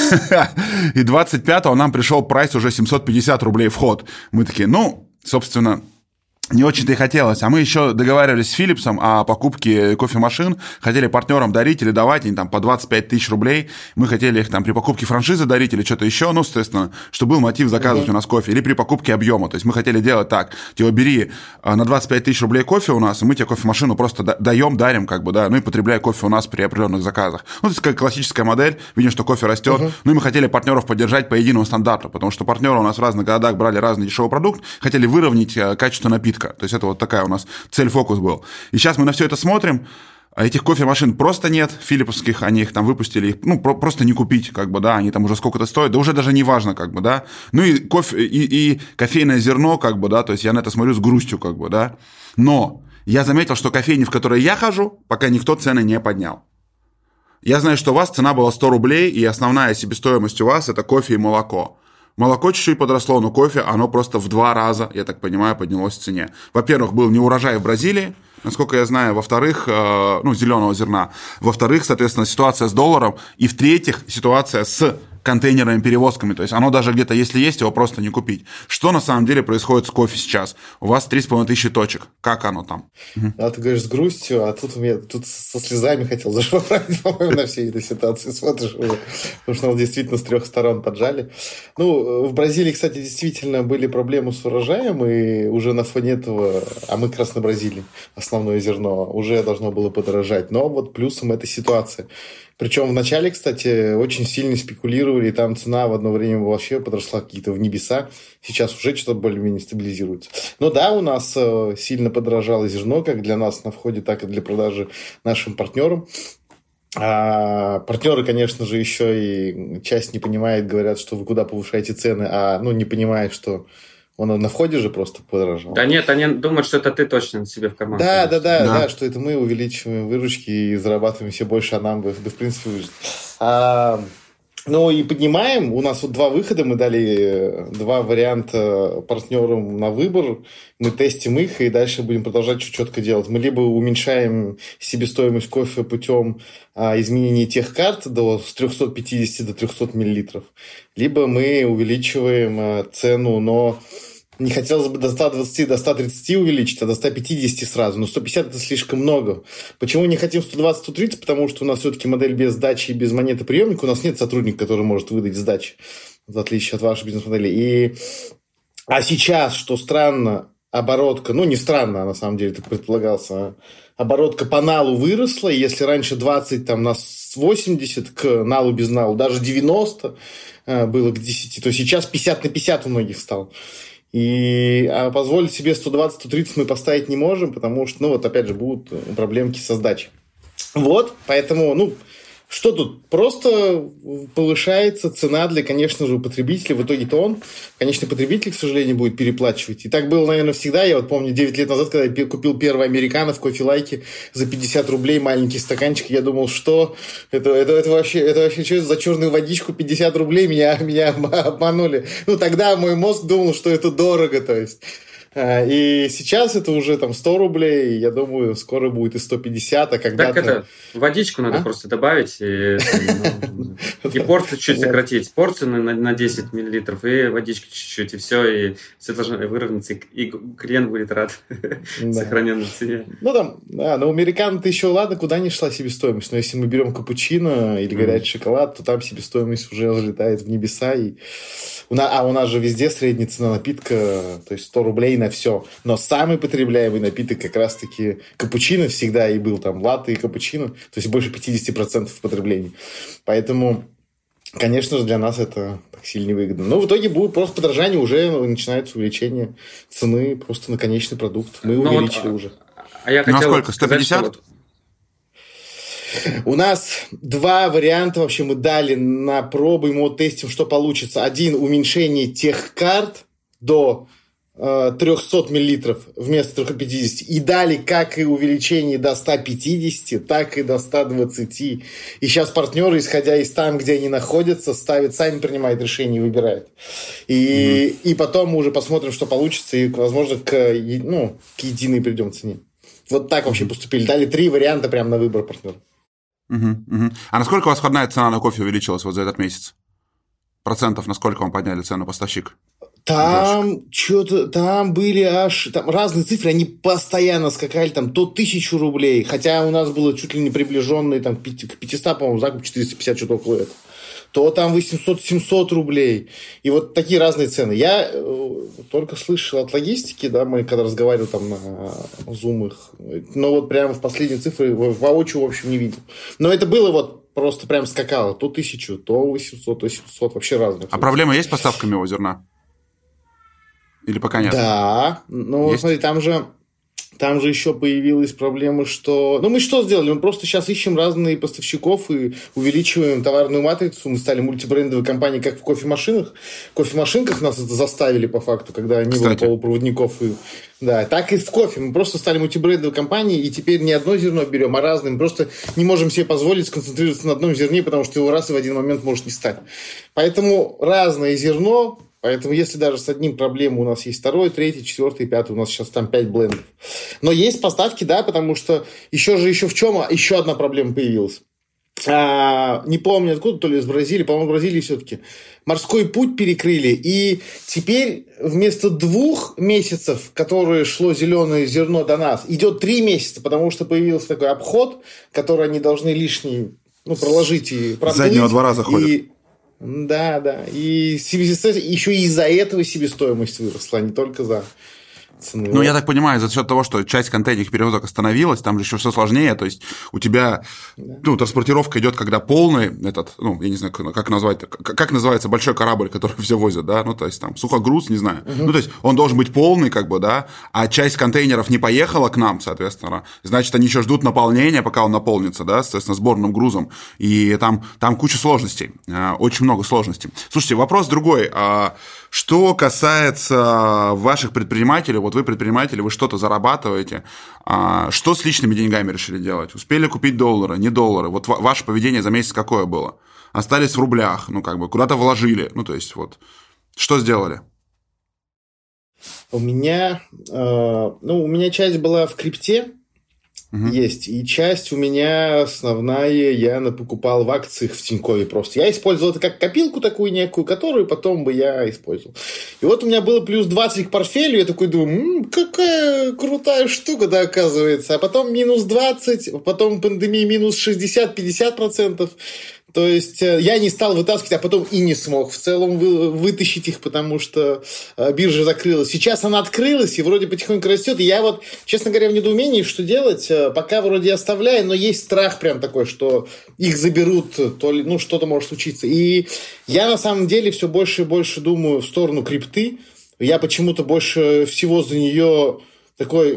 и 25-го нам пришел прайс уже 750 рублей вход. Мы такие, собственно, не очень-то и хотелось. А мы еще договаривались с Philips'ом о покупке кофемашин, хотели партнерам дарить или давать, они там по 25 тысяч рублей. Мы хотели их там при покупке франшизы дарить или что-то еще, соответственно, чтобы был мотив заказывать у нас кофе. Или при покупке объема. То есть мы хотели делать так, бери на 25 тысяч рублей кофе у нас, и мы тебе кофемашину просто дарим, и потребляй кофе у нас при определенных заказах. То есть как классическая модель, видим, что кофе растет. И мы хотели партнеров поддержать по единому стандарту, потому что партнеры у нас в разных городах брали разный дешевый продукт, хотели выровнять качество напитка. То есть это вот такая у нас цель-фокус был. И сейчас мы на все это смотрим, а этих кофемашин просто нет, филипповских, они их там выпустили, их, просто не купить, они там уже сколько-то стоят, да уже даже не важно, и кофе, и кофейное зерно, то есть я на это смотрю с грустью, Но я заметил, что кофейни, в которые я хожу, пока никто цены не поднял. Я знаю, что у вас цена была 100 рублей, и основная себестоимость у вас – это кофе и молоко. Молоко чуть-чуть подросло, но кофе, оно просто в 2 раза, я так понимаю, поднялось в цене. Во-первых, был неурожай в Бразилии, насколько я знаю. Во-вторых, зеленого зерна. Во-вторых, соответственно, ситуация с долларом. И в-третьих, ситуация с контейнерными перевозками. То есть оно даже где-то, если есть, его просто не купить. Что на самом деле происходит с кофе сейчас? У вас 3500 точек. Как оно там? Ты говоришь с грустью, а тут со слезами хотел даже поправить, по-моему, на всей этой ситуации. Смотришь, потому что нас действительно с 3 сторон поджали. В Бразилии, кстати, действительно были проблемы с урожаем, и уже на фоне этого, а мы как раз на Бразилии, основное зерно, уже должно было подорожать. Но вот плюсом эта ситуация. Причем в начале, кстати, очень сильно спекулировали, и там цена в одно время вообще подросла какие-то в небеса. Сейчас уже что-то более-менее стабилизируется. Но да, у нас сильно подорожало зерно, как для нас на входе, так и для продажи нашим партнерам. А партнеры, конечно же, еще и часть не понимает, говорят, что вы куда повышаете цены, не понимая, что он на входе же просто подорожал. Да нет, они думают, что это ты точно себе в карман. Да, что это мы увеличиваем выручки и зарабатываем все больше, а нам бы, в принципе, выжить. Ну и поднимаем. У нас вот 2 выхода. Мы дали 2 варианта партнерам на выбор. Мы тестим их и дальше будем продолжать четко делать. Мы либо уменьшаем себестоимость кофе путем изменения техкарт с 350 до 300 мл, либо мы увеличиваем цену, но не хотелось бы до 120, до 130 увеличить, а до 150 сразу. Но 150 – это слишком много. Почему не хотим 120-130? Потому что у нас все-таки модель без сдачи и без монетоприемника. У нас нет сотрудника, который может выдать сдачи, в отличие от вашей бизнес-модели. А сейчас, что странно, оборотка, ну не странно, а на самом деле, это предполагался, оборотка по налу выросла. И если раньше 20 там, на 80 к налу без налу, даже 90 было к 10, то сейчас 50 на 50 у многих стало. И позволить себе 120-130 мы поставить не можем, потому что, ну, вот опять же, будут проблемки со сдачей. Вот, поэтому, ну, что тут? Просто повышается цена для, конечно же, потребителя. В итоге-то он, конечный потребитель, к сожалению, будет переплачивать. И так было, наверное, всегда. Я вот помню 9 лет назад, когда я купил первый американо в кофе-лайке за 50 рублей, маленький стаканчик, я думал, что это вообще что за черную водичку 50 рублей меня обманули. Ну, тогда мой мозг думал, что это дорого, то есть... И сейчас это уже там 100 рублей, я думаю, скоро будет и 150, а когда-то... Так это, водичку надо просто добавить и порцию чуть сократить. Порцию на 10 миллилитров и водички чуть-чуть, и все должно выровняться, и клиент будет рад сохраненной цене. Ну, там, но американо-то еще, ладно, куда ни шла себестоимость, но если мы берем капучино или горячий шоколад, то там себестоимость уже взлетает в небеса, и... у нас же везде средняя цена напитка, то есть 100 рублей на все. Но самый потребляемый напиток как раз-таки капучино всегда и был там латте и капучино, то есть больше 50% в потреблении. Поэтому, конечно же, для нас это так сильно невыгодно. Но в итоге будет просто подорожание, уже начинается увеличение цены просто на конечный продукт. Мы увеличили уже. А я хотел сколько? 150? У нас 2 варианта вообще мы дали на пробу, и мы вот тестим, что получится. Один – уменьшение техкарт до 300 мл вместо 350. И дали как и увеличение до 150, так и до 120. И сейчас партнеры, исходя из там, где они находятся, ставят, сами принимают решение и выбирают. И потом мы уже посмотрим, что получится, и, возможно, к единой придем цене. Вот так вообще поступили. Дали 3 варианта прямо на выбор партнера. А насколько у вас входная цена на кофе увеличилась вот за этот месяц? Процентов, насколько вам подняли цену поставщик? Там были там разные цифры, они постоянно скакали, там то 1000 рублей, хотя у нас было чуть ли не приближенные там, к 500, по-моему, закуп 450, что-то около этого. То там 800-700 рублей. И вот такие разные цены. Я только слышал от логистики, да, мы когда разговаривали там на зумах, но вот прямо в последние цифры воочию, в общем, не видел. Но это было вот просто прям скакало. То 1000, то 800, то 700, вообще разные. А проблема есть с поставками его зерна? Или пока нет? Да. Ну, смотри, там же еще появилась проблема, что... Ну, мы что сделали? Мы просто сейчас ищем разные поставщиков и увеличиваем товарную матрицу. Мы стали мультибрендовой компанией, как в кофемашинах. В кофемашинках нас это заставили, по факту, когда не было полупроводников. Да, так и в кофе. Мы просто стали мультибрендовой компанией, и теперь не одно зерно берем, а разное. Мы просто не можем себе позволить сконцентрироваться на одном зерне, потому что его раз и в один момент может не стать. Поэтому разное зерно... Поэтому, если даже с одним проблемой у нас есть 2, 3, 4, 5, у нас сейчас там 5 блендов. Но есть поставки, да, потому что еще в чем еще одна проблема появилась. Не помню откуда, то ли из Бразилии, по-моему, в Бразилии все-таки. Морской путь перекрыли, и теперь вместо 2 месяцев, которые шло зеленое зерно до нас, идет 3 месяца, потому что появился такой обход, который они должны лишний проложить и проплыть. С заднего двора заходят. Да. И еще и из-за этого себестоимость выросла, а не только за цены. Ну, я так понимаю, за счет того, что часть контейнерных перевозок остановилась, там же еще все сложнее, то есть у тебя транспортировка идет, когда полный я не знаю, как назвать, как называется большой корабль, который все возят, да, то есть там сухогруз, не знаю, то есть он должен быть полный, да, а часть контейнеров не поехала к нам, соответственно, значит, они еще ждут наполнения, пока он наполнится, да, соответственно, сборным грузом, и там куча сложностей, очень много сложностей. Слушайте, вопрос другой, что касается ваших предпринимателей, вот вы предприниматели, вы что-то зарабатываете. Что с личными деньгами решили делать? Успели купить доллары, не доллары? Вот ваше поведение за месяц какое было? Остались в рублях, куда-то вложили. То есть вот что сделали? У меня часть была в крипте, есть, и часть у меня основная, я покупал в акциях в Тинькове просто. Я использовал это как копилку такую некую, которую потом бы я использовал. И вот у меня было плюс 20 к портфелю, я такой думаю, какая крутая штука, да, оказывается. А потом минус 20, потом пандемия минус 60-50%. То есть я не стал вытаскивать, а потом и не смог в целом вытащить их, потому что биржа закрылась. Сейчас она открылась и вроде потихоньку растет. И я вот, честно говоря, в недоумении, что делать. Пока вроде оставляю, но есть страх прям такой, что их заберут, то ли, что-то может случиться. И я на самом деле все больше и больше думаю в сторону крипты. Я почему-то больше всего за нее такой...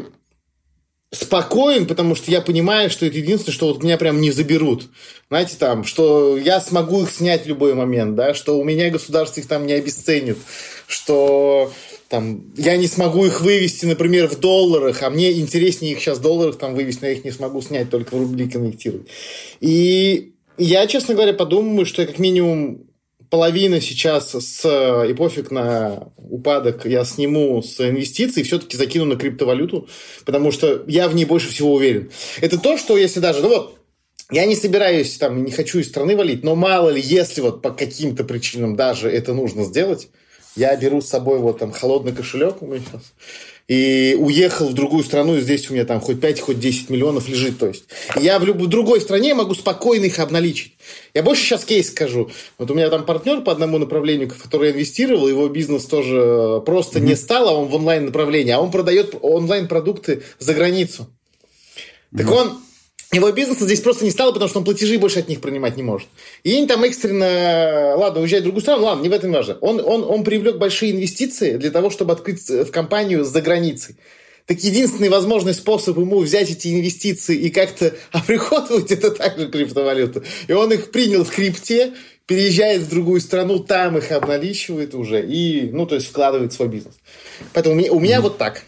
спокоен, потому что я понимаю, что это единственное, что вот меня прям не заберут. Знаете, что я смогу их снять в любой момент, да, что у меня государство их не обесценит, что я не смогу их вывести, например, в долларах, а мне интереснее их сейчас в долларах вывести, но я их не смогу снять, только в рубли конвертировать. И я, честно говоря, подумаю, что я как минимум половина сейчас и пофиг на упадок я сниму с инвестиций и все-таки закину на криптовалюту, потому что я в ней больше всего уверен. Это то, что если даже... я не собираюсь, не хочу из страны валить, но мало ли, если по каким-то причинам даже это нужно сделать, я беру с собой холодный кошелек у меня сейчас, и уехал в другую страну, и здесь у меня хоть 5, хоть 10 миллионов лежит. То есть я в другой стране могу спокойно их обналичить. Я больше сейчас кейс скажу. Вот у меня партнер по одному направлению, в который я инвестировал, его бизнес тоже просто не стал, а он в онлайн-направлении, а он продает онлайн-продукты за границу. Так его бизнеса здесь просто не стало, потому что он платежи больше от них принимать не может. И они экстренно, уезжать в другую страну, не в этом важно. Он привлек большие инвестиции для того, чтобы открыть в компанию за границей. Так единственный возможный способ ему взять эти инвестиции и как-то оприходовать это также криптовалюту. И он их принял в крипте, переезжает в другую страну, там их обналичивает уже и, то есть вкладывает в свой бизнес. Поэтому у меня вот так.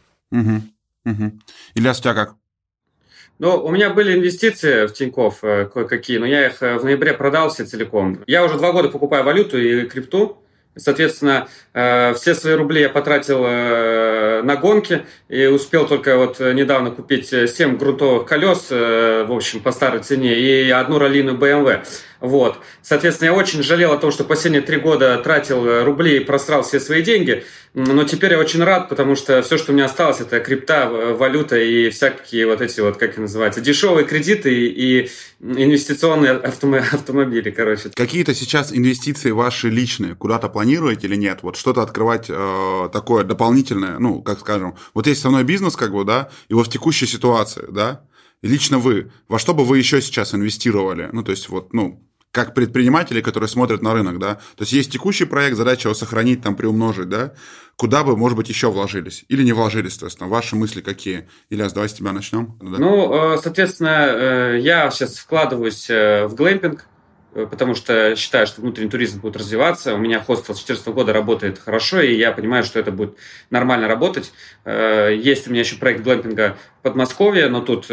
Ильяс, у тебя как? У меня были инвестиции в Тинькофф кое-какие, но я их в ноябре продал все целиком. Я уже 2 года покупаю валюту и крипту. Соответственно, все свои рубли я потратил на гонки и успел только недавно купить 7 грунтовых колес, в общем, по старой цене, и 1 раллийную BMW. Соответственно, я очень жалел о том, что последние 3 года тратил рубли и просрал все свои деньги, но теперь я очень рад, потому что все, что у меня осталось, это крипта, валюта и всякие эти, как их называется, дешевые кредиты и инвестиционные автомобили, Какие-то сейчас инвестиции ваши личные куда-то планируете или нет? Что-то открывать такое дополнительное, как скажем, есть основной бизнес, да, и в текущей ситуации, да, и лично вы, во что бы вы еще сейчас инвестировали? То есть как предприниматели, которые смотрят на рынок, да, то есть текущий проект, задача его сохранить, приумножить, да, куда бы, может быть, еще вложились или не вложились, соответственно, ваши мысли какие? Ильяс, давай с тебя начнем. Да? Соответственно, я сейчас вкладываюсь в глэмпинг, потому что считаю, что внутренний туризм будет развиваться. У меня хостел с 2014 года работает хорошо, и я понимаю, что это будет нормально работать. Есть у меня еще проект глэмпинга в Подмосковье, но тут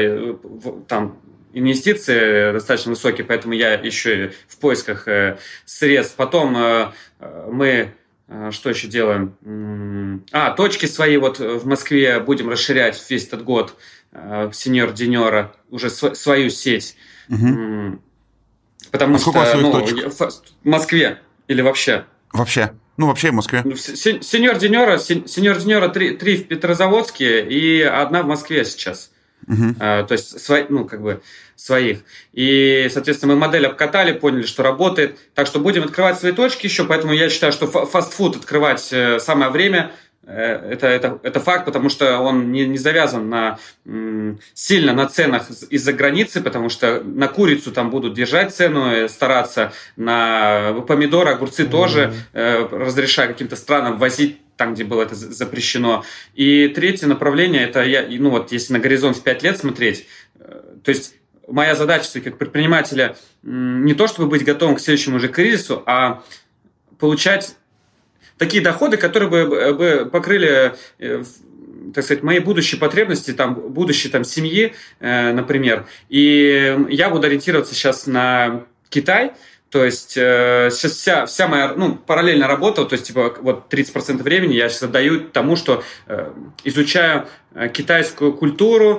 инвестиции достаточно высокие, поэтому я еще в поисках средств. Потом мы что еще делаем? Точки свои в Москве будем расширять весь этот год. Сеньор Денера, уже свою сеть. Потому что в Москве или вообще? Вообще. Вообще в Москве. Сеньор Денера 3 в Петрозаводске и 1 в Москве сейчас. То есть, своих. И, соответственно, мы модель обкатали, поняли, что работает. Так что будем открывать свои точки еще. Поэтому я считаю, что фастфуд открывать самое время. Это факт, потому что он не завязан сильно на ценах из-за границы, потому что на курицу там будут держать цену, стараться, на помидоры, огурцы тоже разрешая каким-то странам возить там, где было это запрещено. И третье направление, это если на горизонт в 5 лет смотреть, то есть моя задача как предпринимателя не то, чтобы быть готовым к следующему же кризису, а получать такие доходы, которые бы покрыли, так сказать, мои будущие потребности, там, будущей там, семьи, например. И я буду ориентироваться сейчас на Китай. То есть сейчас вся моя параллельная работа, то есть типа вот 30% времени я сейчас отдаю тому, что изучаю китайскую культуру,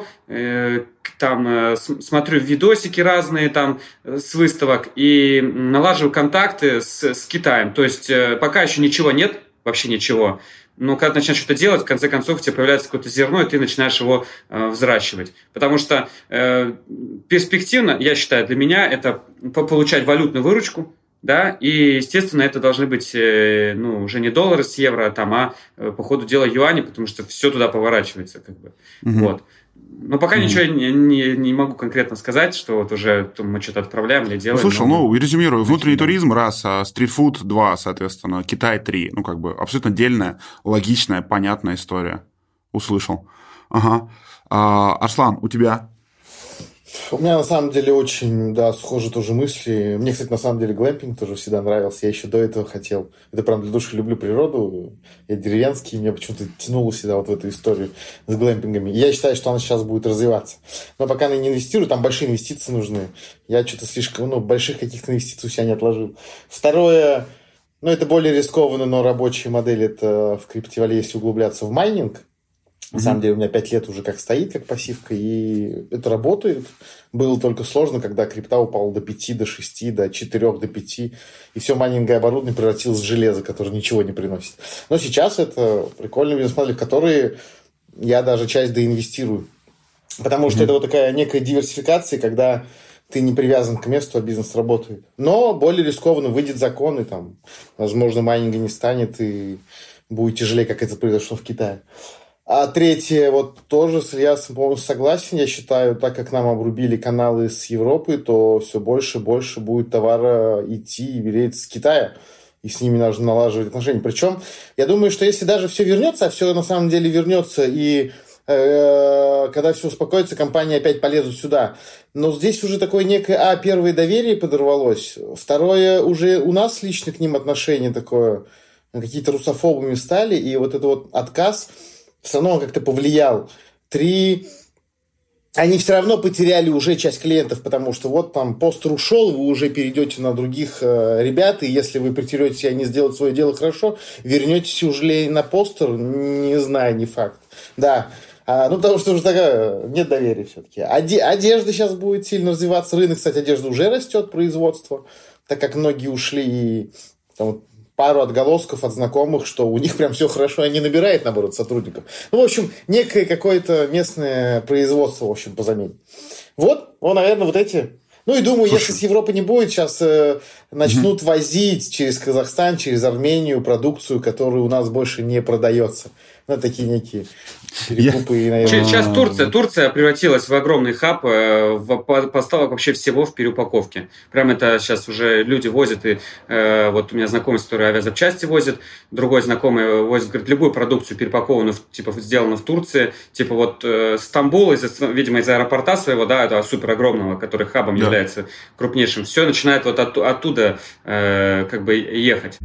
там смотрю видосики разные там с выставок и налаживаю контакты с Китаем. То есть пока еще ничего нет, вообще ничего. Но когда ты начинаешь что-то делать, в конце концов у тебя появляется какое-то зерно, и ты начинаешь его взращивать. Потому что перспективно, я считаю, для меня это получать валютную выручку, да, и, естественно, это должны быть уже не доллары с евро, а по ходу дела юани, потому что все туда поворачивается. Как бы. Вот. Но пока ничего не могу конкретно сказать, что вот уже мы что-то отправляем или делаем. Слушай, резюмирую. Внутренний туризм, раз, стритфуд, два, соответственно, Китай, три. Абсолютно дельная, логичная, понятная история. Услышал. Ага. Арслан, у тебя? У меня, на самом деле, очень, схожи тоже мысли. Мне, кстати, на самом деле, глэмпинг тоже всегда нравился. Я еще до этого хотел. Это прям для души, люблю природу. Я деревенский, меня почему-то тянуло всегда вот в эту историю с глэмпингами. И я считаю, что она сейчас будет развиваться. Но пока она не инвестирую, там большие инвестиции нужны. Я что-то слишком, больших каких-то инвестиций у себя не отложил. Второе, это более рискованно, но рабочая модель, это в криптовалюте, если углубляться в майнинг. На самом деле у меня 5 лет уже как стоит, как пассивка, и это работает. Было только сложно, когда крипта упала до 5, до 6, до 4, до 5, и все майнинговое оборудование превратилось в железо, которое ничего не приносит. Но сейчас это прикольный бизнес-модель, в который я даже часть доинвестирую. Потому что это вот такая некая диверсификация, когда ты не привязан к месту, а бизнес работает. Но более рискованно, выйдет закон, и там, возможно, майнинга не станет, и будет тяжелее, как это произошло в Китае. А третье, тоже с Ильясом полностью согласен. Я считаю, так как нам обрубили каналы с Европы, то все больше и больше будет товара идти и велеть с Китая. И с ними нужно налаживать отношения. Причем, я думаю, что если даже все вернется, а все на самом деле вернется, и когда все успокоится, компании опять полезут сюда. Но здесь уже такое некое, первое доверие подорвалось. Второе, уже у нас лично к ним отношение такое, какие-то русофобами стали, и вот этот отказ все равно он как-то повлиял. 3, они все равно потеряли уже часть клиентов, потому что там постер ушел, вы уже перейдете на других ребят, и если вы притеретесь, и они сделают свое дело хорошо, вернетесь уже на постер, не знаю, не факт. Да, потому что уже такая, нет доверия все-таки. Одежда сейчас будет сильно развиваться, рынок, кстати, одежды уже растет, производство, так как многие ушли, и там пару отголосков от знакомых, что у них прям все хорошо, они набирают, наоборот, сотрудников. В общем, некое какое-то местное производство, в общем, по замене. Наверное, эти. И думаю, если с Европы не будет, сейчас начнут возить через Казахстан, через Армению продукцию, которая у нас больше не продается. Такие некие перекупы. Наверное. Сейчас Турция превратилась в огромный хаб поставок вообще всего в переупаковке. Прям это сейчас уже люди возят, и у меня знакомый, который авиазапчасти возит, другой знакомый возит, говорит, любую продукцию перепакованную, сделанную в Турции, Стамбул, видимо, из аэропорта своего, этого супер огромного, который хабом является крупнейшим, все начинает оттуда ехать.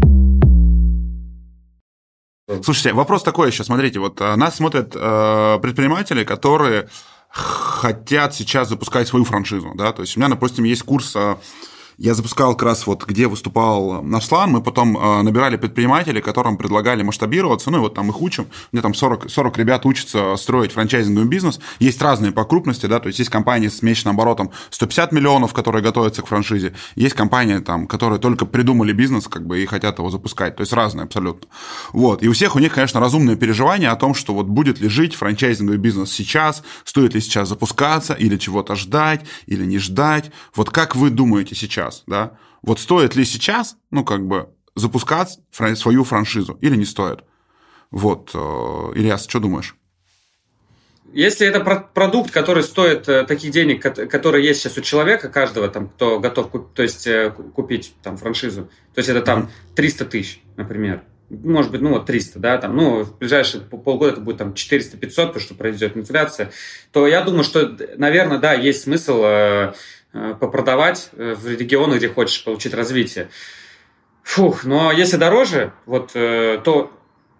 Слушайте, вопрос такой еще, смотрите, нас смотрят предприниматели, которые хотят сейчас запускать свою франшизу, да, то есть у меня, допустим, есть курс, я запускал как раз где выступал Арслан, мы потом набирали предпринимателей, которым предлагали масштабироваться, там их учим, у меня там 40 ребят учатся строить франчайзинговый бизнес, есть разные по крупности, да, то есть есть компании с месячным оборотом 150 миллионов, которые готовятся к франшизе, есть компании, которые только придумали бизнес, и хотят его запускать, то есть разные абсолютно. И у всех у них, конечно, разумное переживание о том, что будет ли жить франчайзинговый бизнес сейчас, стоит ли сейчас запускаться, или чего-то ждать, или не ждать. Как вы думаете сейчас? Да? Стоит ли сейчас, запускать свою франшизу или не стоит? Ильяс, что думаешь? Если это продукт, который стоит таких денег, которые есть сейчас у человека, каждого, кто готов купить франшизу, то есть это 300 тысяч, например, может быть, 300, да, в ближайшие полгода это будет 400-500, потому что произойдет инфляция, то я думаю, что, наверное, да, есть смысл попродавать в регионах, где хочешь получить развитие. Но если дороже, то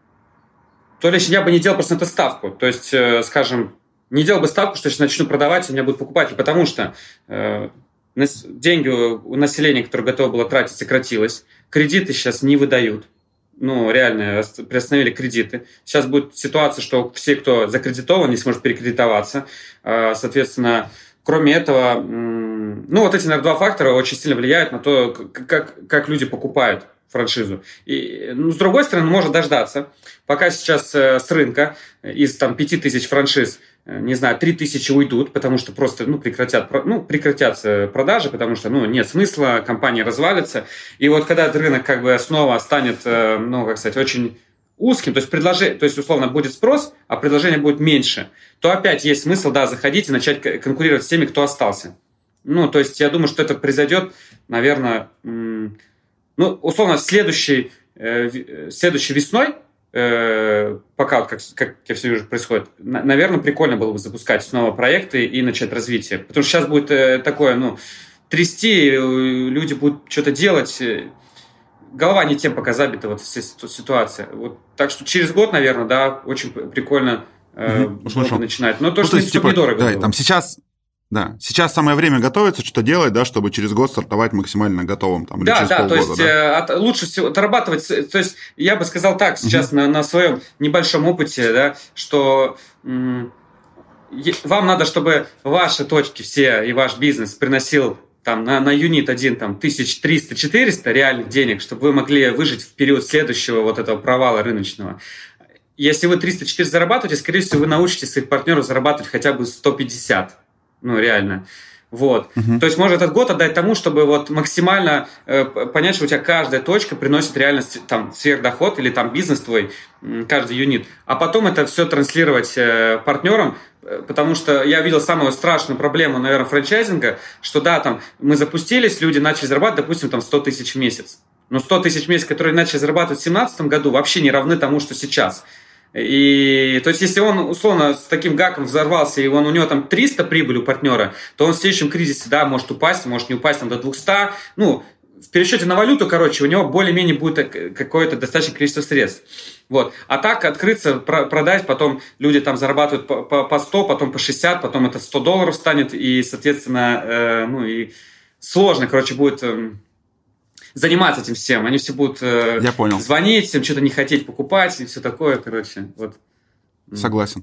лишь я бы не делал просто эту ставку. То есть, скажем, не делал бы ставку, что сейчас начну продавать, и у меня будут покупатели, потому что деньги у населения, которое готово было тратить, сократилось. Кредиты сейчас не выдают. Реально, приостановили кредиты. Сейчас будет ситуация, что все, кто закредитован, не сможет перекредитоваться. Соответственно, кроме этого, эти, наверное, два фактора очень сильно влияют на то, как люди покупают франшизу. И, с другой стороны, можно дождаться, пока сейчас с рынка из 5000 франшиз, не знаю, 3000 уйдут, потому что просто прекратятся продажи, потому что нет смысла, компания развалится. И когда этот рынок снова станет, очень узким, то есть условно будет спрос, а предложение будет меньше, то опять есть смысл, заходить и начать конкурировать с теми, кто остался. То есть я думаю, что это произойдет, наверное, условно, следующей весной, пока, как я все вижу, происходит, наверное, прикольно было бы запускать снова проекты и начать развитие. Потому что сейчас будет такое, трясти, люди будут что-то делать, голова не тем пока забита, вся ситуация. Так что через год, наверное, очень прикольно начинать. Но тоже недорого. Да, там сейчас самое время готовиться, что делать, чтобы через год стартовать максимально готовым. Или через полгода, то есть лучше всего отрабатывать. То есть я бы сказал так, сейчас на своем небольшом опыте, что вам надо, чтобы ваши точки все и ваш бизнес приносил на юнит 1 1300-400 реальных денег, чтобы вы могли выжить в период следующего этого провала рыночного. Если вы 300-400 зарабатываете, скорее всего, вы научитесь своих партнеров зарабатывать хотя бы 150. Реально. То есть можно этот год отдать тому, чтобы максимально понять, что у тебя каждая точка приносит реально сверхдоход или бизнес твой, каждый юнит. А потом это все транслировать партнерам, потому что я видел самую страшную проблему, наверное, франчайзинга, что мы запустились, люди начали зарабатывать, допустим, 100 тысяч в месяц. Но 100 тысяч в месяц, которые начали зарабатывать в 2017 году, вообще не равны тому, что сейчас. И то есть, если он условно с таким гаком взорвался, и у него 300 прибыли у партнера, то он в следующем кризисе, может упасть, может не упасть до 200. В пересчете на валюту, у него более-менее будет какое-то достаточное количество средств. А так открыться, продать, потом люди зарабатывают по 100, потом по 60, потом это $100 станет, и, соответственно, и сложно, будет заниматься этим всем. Они все будут звонить, всем что-то не хотеть покупать и все такое, Согласен.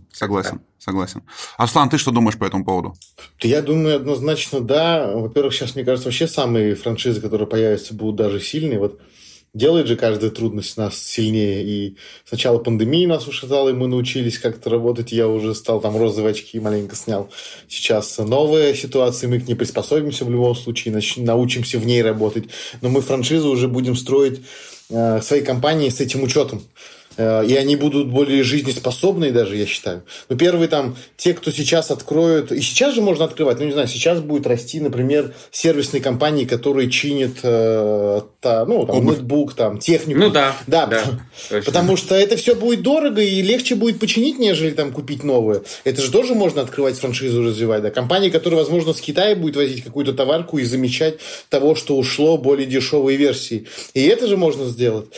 Арслан, ты что думаешь по этому поводу? Я думаю, однозначно да. Во-первых, сейчас, мне кажется, вообще самые франшизы, которые появятся, будут даже сильные. Делает же каждая трудность нас сильнее. И с начала пандемии нас ушатало, и мы научились как-то работать. Я уже стал розовые очки маленько снял. Сейчас новая ситуация, мы к ней приспособимся в любом случае, научимся в ней работать. Но мы франшизу уже будем строить своей компании с этим учетом. И они будут более жизнеспособные даже, я считаю. Первые те, кто сейчас откроют... И сейчас же можно открывать, сейчас будет расти, например, сервисные компании, которые чинят ноутбук, технику. Да. Потому что это все будет дорого и легче будет починить, нежели купить новое. Это же тоже можно открывать франшизу, развивать. Да? Компании, которые, возможно, с Китая будет возить какую-то товарку и замечать того, что ушло, более дешевые версии. И это же можно сделать.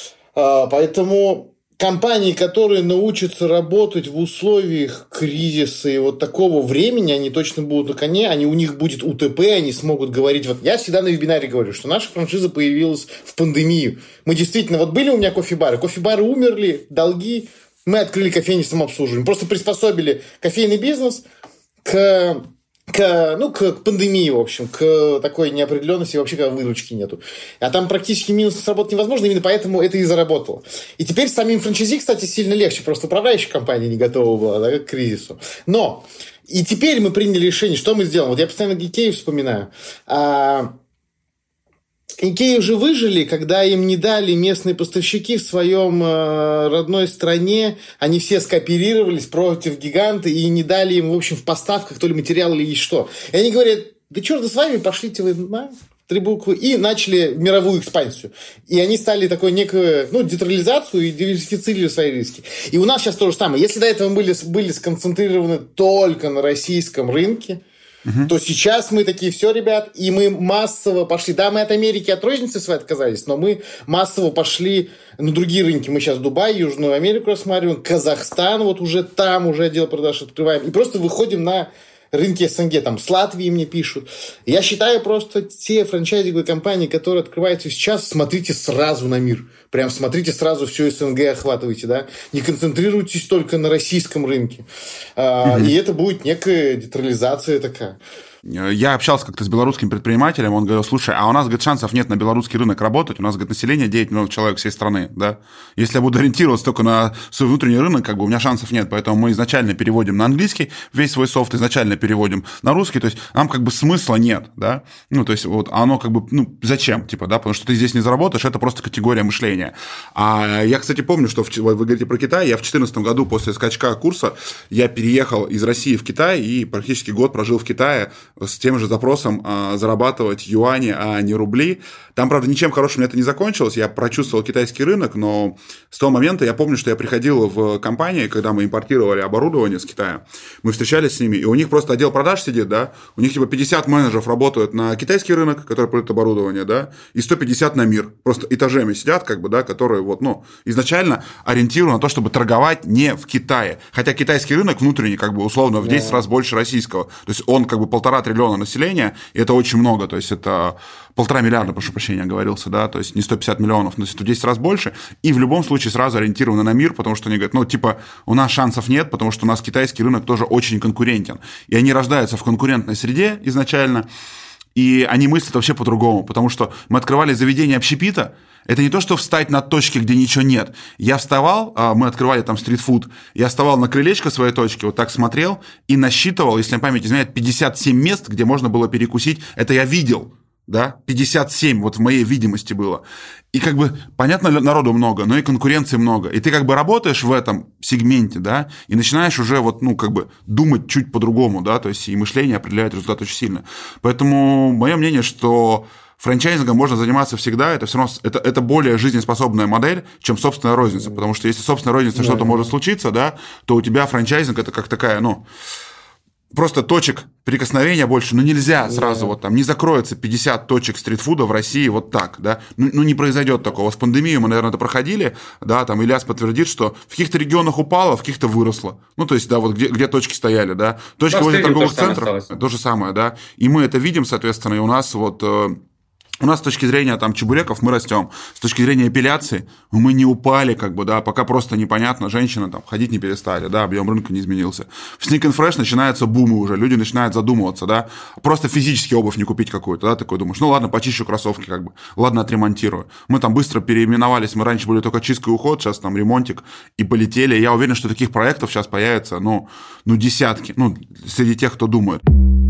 Поэтому компании, которые научатся работать в условиях кризиса и такого времени, они точно будут на коне, у них будет УТП, они смогут говорить. Я всегда на вебинаре говорю, что наша франшиза появилась в пандемию. Мы действительно, были у меня кофе-бары умерли, долги, мы открыли кофейни самообслуживания, просто приспособили кофейный бизнес к пандемии, в общем, к такой неопределенности, вообще когда выручки нету. А там практически минус сработать невозможно, именно поэтому это и заработало. И теперь самим франчайзи, кстати, сильно легче, просто управляющая компания не готова была к кризису. Но и теперь мы приняли решение, что мы сделаем. Я постоянно Икею вспоминаю. Икеи уже выжили, когда им не дали местные поставщики в своем родной стране, они все скооперировались против гиганта и не дали им, в общем, в поставках то ли материал или что. И они говорят, да черт с вами, пошлите вы на 3 буквы, и начали мировую экспансию. И они стали такой некую децентрализацию и диверсифицировали свои риски. И у нас сейчас то же самое. Если до этого были сконцентрированы только на российском рынке, то сейчас мы такие, все, ребят, и мы массово пошли. Да, мы от Америки, от розницы своей отказались, но мы массово пошли на другие рынки. Мы сейчас Дубай, Южную Америку рассматриваем, Казахстан, вот уже там уже отдел продаж открываем. И просто выходим на рынки СНГ, там с Латвии мне пишут. Я считаю, просто те франчайзинговые компании, которые открываются сейчас, смотрите сразу на мир. Прям смотрите сразу все СНГ, охватывайте, да. Не концентрируйтесь только на российском рынке. И это будет некая децентрализация такая. Я общался как-то с белорусским предпринимателем, он говорил, слушай, а у нас, говорит, шансов нет на белорусский рынок работать, у нас, говорит, население 9 миллионов человек всей страны, да, если я буду ориентироваться только на свой внутренний рынок, как бы у меня шансов нет, поэтому мы изначально переводим на английский весь свой софт, изначально переводим на русский, то есть нам как бы смысла нет, да, ну, то есть вот оно как бы, ну, зачем, типа, да, потому что ты здесь не заработаешь, это просто категория мышления. А я, кстати, помню, что вы говорите про Китай, я в 2014 году после скачка курса, я переехал из России в Китай и практически год прожил в Китае, с тем же запросом зарабатывать юани, а не рубли. Там, правда, ничем хорошим это не закончилось. Я прочувствовал китайский рынок, но с того момента я помню, что я приходил в компании, когда мы импортировали оборудование с Китая. Мы встречались с ними, и у них просто отдел продаж сидит, да, у них типа 50 менеджеров работают на китайский рынок, который продает оборудование, да, и 150 на мир. Просто этажами сидят, как бы, да, которые вот, ну, изначально ориентированы на то, чтобы торговать не в Китае. Хотя китайский рынок внутренний, как бы, условно, в 10 раз больше российского. То есть он, как бы, 1,5 триллиона населения, и это очень много, то есть это 1,5 миллиарда, прошу прощения, оговорился, да, то есть не 150 миллионов, но это в 10 раз больше, и в любом случае сразу ориентированы на мир, потому что они говорят, ну, типа, у нас шансов нет, потому что у нас китайский рынок тоже очень конкурентен, и они рождаются в конкурентной среде изначально, и они мыслят вообще по-другому, потому что мы открывали заведение общепита. Это не то, что встать на точке, где ничего нет. Я вставал, мы открывали там стритфуд, я вставал на крылечко своей точки, вот так смотрел и насчитывал, если мне память изменяет, 57 мест, где можно было перекусить. Это я видел, да, 57 вот в моей видимости было. И как бы, понятно, народу много, но и конкуренции много. И ты как бы работаешь в этом сегменте, да, и начинаешь уже вот, ну, как бы думать чуть по-другому, да, то есть и мышление определяет результат очень сильно. Поэтому мое мнение, что франчайзингом можно заниматься всегда, это все равно это более жизнеспособная модель, чем собственная розница, потому что если собственная розница что-то может случиться, да, то у тебя франчайзинг это как такая, ну, просто точек прикосновения больше, ну, нельзя сразу вот там, не закроется 50 точек стритфуда в России вот так, да, ну, не произойдет такого. С пандемией мы, наверное, это проходили, да, там Ильяс подтвердит, что в каких-то регионах упало, в каких-то выросло, ну, то есть, да, вот где точки стояли, да, точки возле торговых центров, то же самое, да, и мы это видим, соответственно, и у нас вот... У нас с точки зрения там чебуреков мы растем, с точки зрения эпиляции мы не упали, как бы, да, пока просто непонятно, женщины там ходить не перестали, да, объем рынка не изменился. В Sneak and Fresh начинаются бумы уже, люди начинают задумываться, да, просто физически обувь не купить какую-то, да, такой думаешь, ну ладно, почищу кроссовки, как бы, ладно, отремонтирую. Мы там быстро переименовались, мы раньше были только чистка и уход, сейчас там ремонтик, и полетели. Я уверен, что таких проектов сейчас появится, ну десятки, ну, среди тех, кто думает.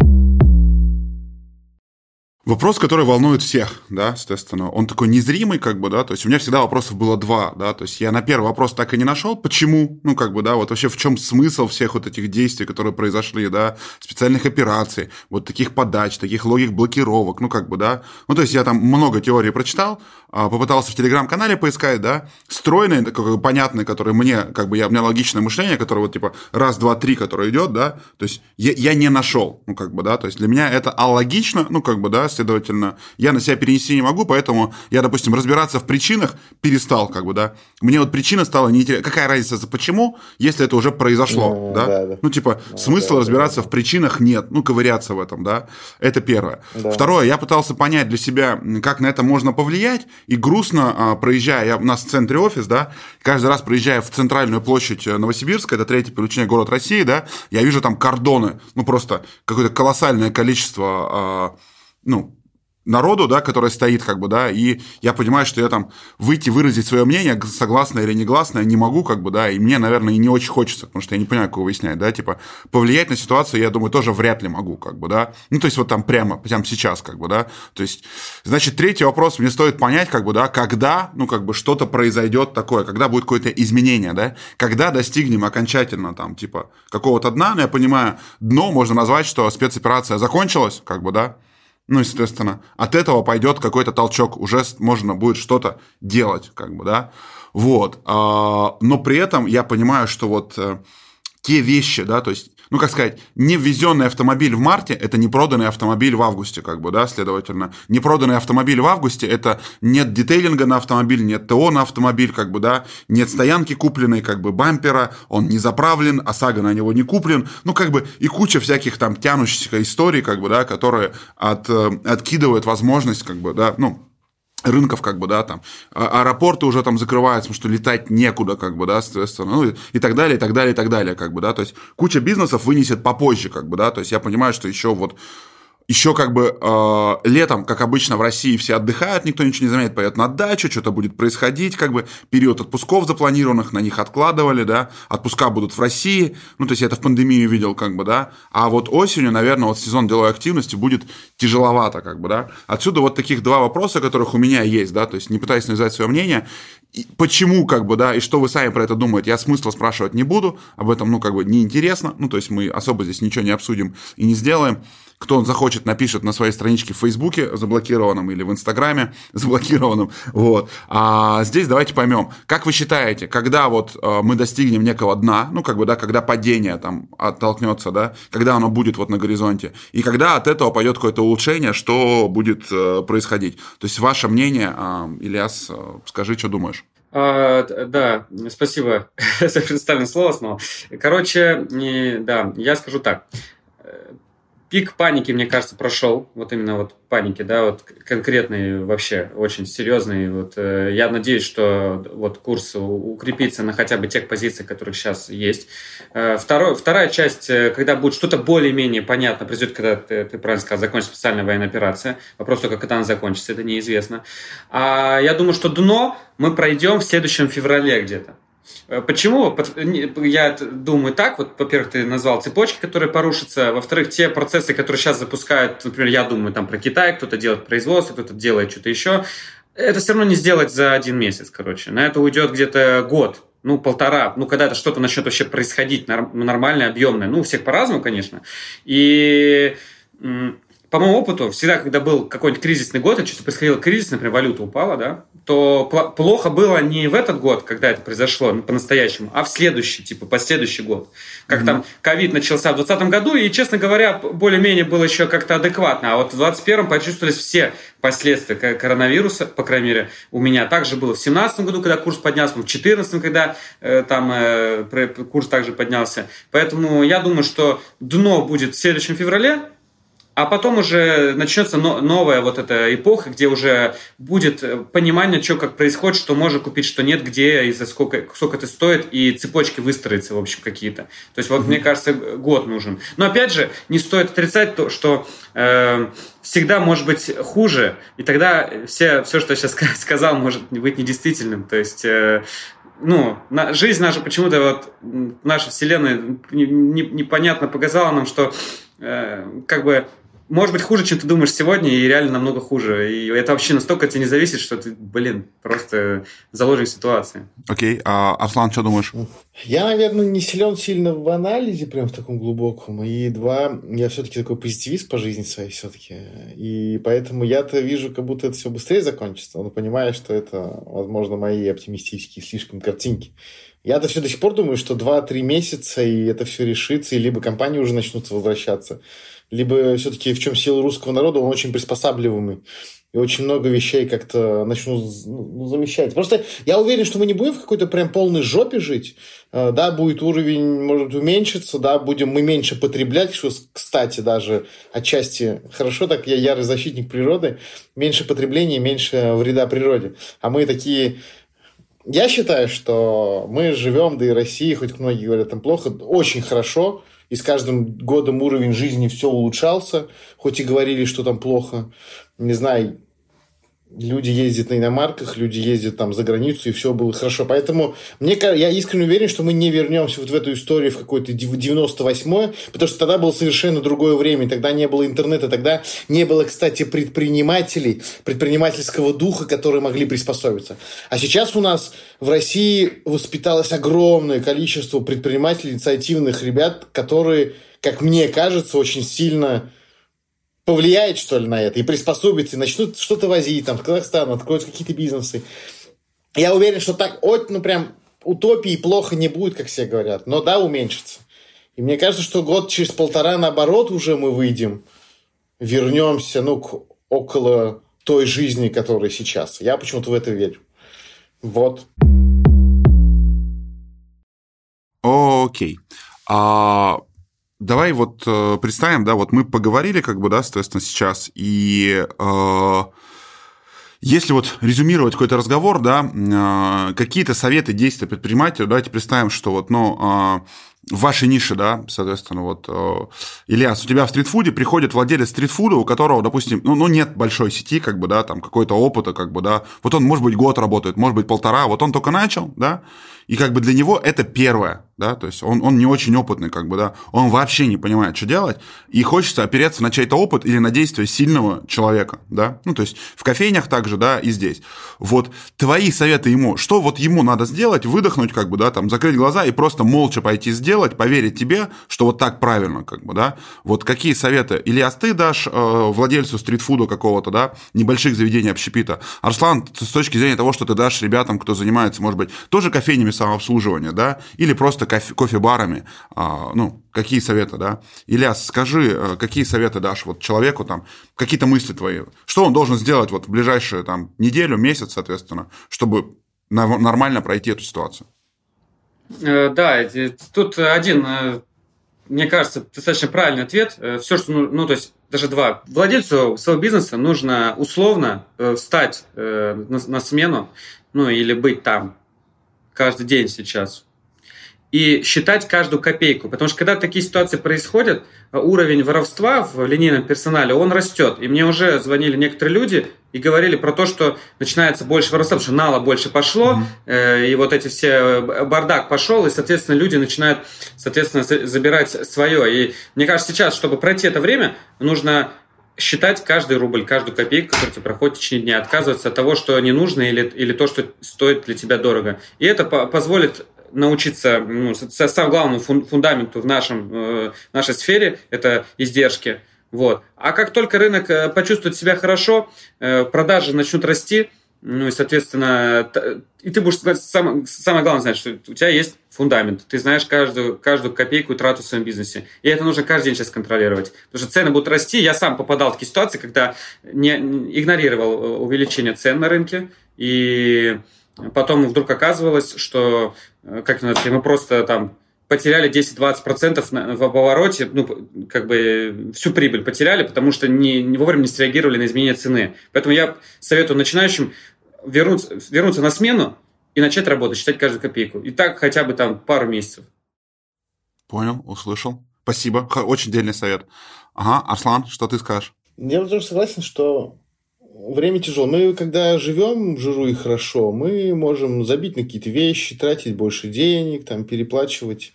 Вопрос, который волнует всех, да, соответственно, он такой незримый, как бы, да, то есть у меня всегда вопросов было два, да, то есть я на первый вопрос так и не нашел, почему, ну, как бы, да, вот вообще в чем смысл всех вот этих действий, которые произошли, да, специальных операций, вот таких подач, таких логик блокировок, ну, как бы, да, ну, то есть я там много теорий прочитал, попытался в Телеграм-канале поискать, да, стройные, понятные, которые мне, как бы, у меня логичное мышление, которое вот, типа, раз, два, три, которое идет, да, то есть я не нашел, ну, как бы, да, то есть для меня это алогично, ну, как бы, да, следовательно, я на себя перенести не могу, поэтому я, допустим, разбираться в причинах перестал, как бы, да. Мне вот причина стала неинтересна. Какая разница, почему, если это уже произошло, да? Ну, типа, смысла разбираться в причинах нет, ну, ковыряться в этом, да. Это первое. Второе, я пытался понять для себя, как на это можно повлиять, и грустно, проезжая, у нас в центре офис, да, каждый раз проезжая в центральную площадь Новосибирска, это третий по величине город России, да, я вижу там кордоны, ну, просто какое-то колоссальное количество... ну, народу, да, которое стоит, как бы, да, и я понимаю, что я там выйти, выразить свое мнение, согласное или негласное, не могу, как бы, да, и мне, наверное, и не очень хочется, потому что я не понимаю, как его выяснять, да, типа, повлиять на ситуацию, я думаю, тоже вряд ли могу, как бы, да, ну, то есть, вот там прямо сейчас, как бы, да, то есть, значит, третий вопрос, мне стоит понять, как бы, да, когда, ну, как бы, что-то произойдет такое, когда будет какое-то изменение, да, когда достигнем окончательно, там, типа, какого-то дна, но я понимаю, дно можно назвать, что спецоперация закончилась, как бы, да. Ну, естественно, от этого пойдет какой-то толчок, уже можно будет что-то делать, как бы, да, вот, но при этом я понимаю, что вот те вещи, да, то есть, ну, как сказать, не ввезенный автомобиль в марте – это не проданный автомобиль в августе, как бы, да, следовательно. Не проданный автомобиль в августе – это нет детейлинга на автомобиль, нет ТО на автомобиль, как бы, да, нет стоянки купленной, как бы, бампера, он не заправлен, ОСАГО на него не куплен, ну, как бы, и куча всяких там тянущихся историй, как бы, да, которые откидывают возможность, как бы, да, ну, рынков, как бы, да, там, аэропорты уже там закрываются, потому что летать некуда, как бы, да, соответственно, ну, и так далее, и так далее, и так далее, как бы, да, то есть куча бизнесов вынесет попозже, как бы, да, то есть я понимаю, что еще как бы летом, как обычно в России, все отдыхают, никто ничего не заметит, поедут на дачу, что-то будет происходить, как бы период отпусков запланированных, на них откладывали, да, отпуска будут в России, ну, то есть я это в пандемию видел, как бы, да, а вот осенью, наверное, вот сезон деловой активности будет тяжеловато, как бы, да. Отсюда вот таких два вопроса, которых у меня есть, да, то есть не пытаюсь навязать свое мнение, и почему, как бы, да, и что вы сами про это думаете, я смысла спрашивать не буду, об этом, ну, как бы, неинтересно, ну, то есть мы особо здесь ничего не обсудим и не сделаем. Кто он захочет, напишет на своей страничке в Фейсбуке заблокированном или в Инстаграме заблокированном. Вот. А здесь давайте поймем, как вы считаете, когда вот мы достигнем некого дна, ну, как бы, да, когда падение там оттолкнется, да, когда оно будет вот на горизонте, и когда от этого пойдет какое-то улучшение, что будет происходить? То есть ваше мнение, Ильяс, скажи, что думаешь? Да, спасибо за предоставленное слово снова. Короче, да, я скажу так. Пик паники, мне кажется, прошел. Вот именно вот паники, да, вот конкретный, вообще очень серьезный. Вот, я надеюсь, что вот курс укрепится на хотя бы тех позициях, которых сейчас есть. Вторая часть, когда будет что-то более-менее понятно, произойдет, когда, ты правильно сказал, закончится специальная военная операция. Вопрос только, когда она закончится, это неизвестно. А я думаю, что дно мы пройдем в следующем феврале где-то. Почему? Я думаю так, вот, во-первых, ты назвал цепочки, которые порушатся, во-вторых, те процессы, которые сейчас запускают, например, я думаю там про Китай, кто-то делает производство, кто-то делает что-то еще, это все равно не сделать за 1 месяц, короче, на это уйдет где-то год, ну, 1,5, ну, когда это что-то начнет вообще происходить, нормальное, объемное, ну, у всех по-разному, конечно, и... По моему опыту, всегда, когда был какой-нибудь кризисный год, и что-то происходило кризис, например, валюта упала, да, то плохо было не в этот год, когда это произошло, ну, по-настоящему, а в следующий, типа, последующий год. Как там ковид начался в 2020 году, и, честно говоря, более-менее было еще как-то адекватно, а вот в 2021 почувствовались все последствия коронавируса, по крайней мере, у меня также было в 2017 году, когда курс поднялся, в 2014, когда курс также поднялся. Поэтому я думаю, что дно будет в следующем феврале, а потом уже начнется новая вот эта эпоха, где уже будет понимание, что как происходит, что можно купить, что нет, где и за сколько это стоит, и цепочки выстроятся, в общем, какие-то. То есть, вот, мне кажется, год нужен. Но, опять же, не стоит отрицать то, что всегда может быть хуже, и тогда все, что я сейчас сказал, может быть недействительным. То есть... жизнь наша почему-то вот наша вселенная непонятно показала нам, что как бы может быть хуже, чем ты думаешь сегодня, и реально намного хуже. И это вообще настолько от тебя не зависит, что ты, просто заложник ситуации. Окей. А Арслан, что думаешь? Я, наверное, не силен сильно в анализе, прям в таком глубоком. И я все-таки такой позитивист по жизни своей все-таки. И поэтому я-то вижу, как будто это все быстрее закончится. Но понимаю, что это, возможно, мои оптимистические слишком картинки. Я-то все до сих пор думаю, что 2-3 месяца, и это все решится, и либо компании уже начнут возвращаться, либо все-таки в чем сила русского народа, он очень приспосабливаемый. И очень много вещей как-то начнут замещать. Просто я уверен, что мы не будем в какой-то прям полной жопе жить. Да, будет уровень, может уменьшиться, да, будем мы меньше потреблять, что, кстати, даже отчасти хорошо, так я ярый защитник природы, меньше потребления, меньше вреда природе. А мы такие... Я считаю, что мы живем, да и Россия, хоть многие говорят, там плохо, очень хорошо, и с каждым годом уровень жизни все улучшался, хоть и говорили, что там плохо. Не знаю, люди ездят на иномарках, люди ездят там за границу, и все было хорошо. Поэтому я искренне уверен, что мы не вернемся вот в эту историю в какой-то 98-й, потому что тогда было совершенно другое время, тогда не было интернета, тогда не было, кстати, предпринимателей, предпринимательского духа, которые могли приспособиться. А сейчас у нас в России воспиталось огромное количество предпринимателей, инициативных ребят, которые, как мне кажется, очень сильно... повлияет, что ли, на это, и приспособится, и начнут что-то возить, там, в Казахстан, откроют какие-то бизнесы. Я уверен, что так, прям утопии плохо не будет, как все говорят, но да, уменьшится. И мне кажется, что год через полтора, наоборот, уже мы выйдем, вернемся, к около той жизни, которая сейчас. Я почему-то в это верю. Вот. Окей. Давай представим, мы поговорили, соответственно, сейчас, и если резюмировать какой-то разговор, какие-то советы, действия предпринимателю, давайте представим, что в вашей нише, соответственно, Ильяс, у тебя в стритфуде приходит владелец стритфуда, у которого, допустим, нет большой сети, какой-то опыта, вот он, может быть, год работает, может быть, полтора, вот он только начал, и для него это первое, то есть он не очень опытный, он вообще не понимает, что делать, и хочется опереться на чей-то опыт или на действия сильного человека, то есть в кофейнях также, и здесь. Вот твои советы ему, что ему надо сделать, выдохнуть, закрыть глаза и просто молча пойти сделать, поверить тебе, что вот так правильно, Вот какие советы, Ильяс, ты дашь владельцу стритфуда какого-то, небольших заведений общепита, Арслан, с точки зрения того, что ты дашь ребятам, кто занимается, может быть, тоже кофейнями самообслуживания, или просто кофе-барами, какие советы, Ильяс, скажи, какие советы дашь человеку, какие-то мысли твои, что он должен сделать в ближайшую неделю, месяц, соответственно, чтобы нормально пройти эту ситуацию? Да, тут один, мне кажется, достаточно правильный ответ. Все, что, то есть даже два. Владельцу своего бизнеса нужно условно встать на смену, или быть там каждый день сейчас и считать каждую копейку. Потому что когда такие ситуации происходят, уровень воровства в линейном персонале, он растет. И мне уже звонили некоторые люди и говорили про то, что начинается больше воровства, потому что нала больше пошло, и вот эти все бардак пошел, и, соответственно, люди начинают, забирать свое. И мне кажется, сейчас, чтобы пройти это время, нужно считать каждый рубль, каждую копейку, которая тебе проходит в течение дня, отказываться от того, что не нужно, или то, что стоит для тебя дорого. И это позволит научиться, самому главному фундаменту в нашей сфере – это издержки. Вот. А как только рынок почувствует себя хорошо, продажи начнут расти, и, соответственно, и ты будешь знать, самое главное знать, что у тебя есть фундамент, ты знаешь каждую копейку и трату в своем бизнесе. И это нужно каждый день сейчас контролировать. Потому что цены будут расти. Я сам попадал в такие ситуации, когда не игнорировал увеличение цен на рынке, и потом вдруг оказывалось, что мы просто потеряли 10-20% в обороте, всю прибыль потеряли, потому что не вовремя не среагировали на изменение цены. Поэтому я советую начинающим вернуться на смену и начать работать, считать каждую копейку. И так хотя бы пару месяцев. Понял, услышал. Спасибо, очень дельный совет. Ага, Арслан, что ты скажешь? Я тоже согласен, что время тяжело. Мы, когда живем в жиру и хорошо, мы можем забить на какие-то вещи, тратить больше денег, переплачивать.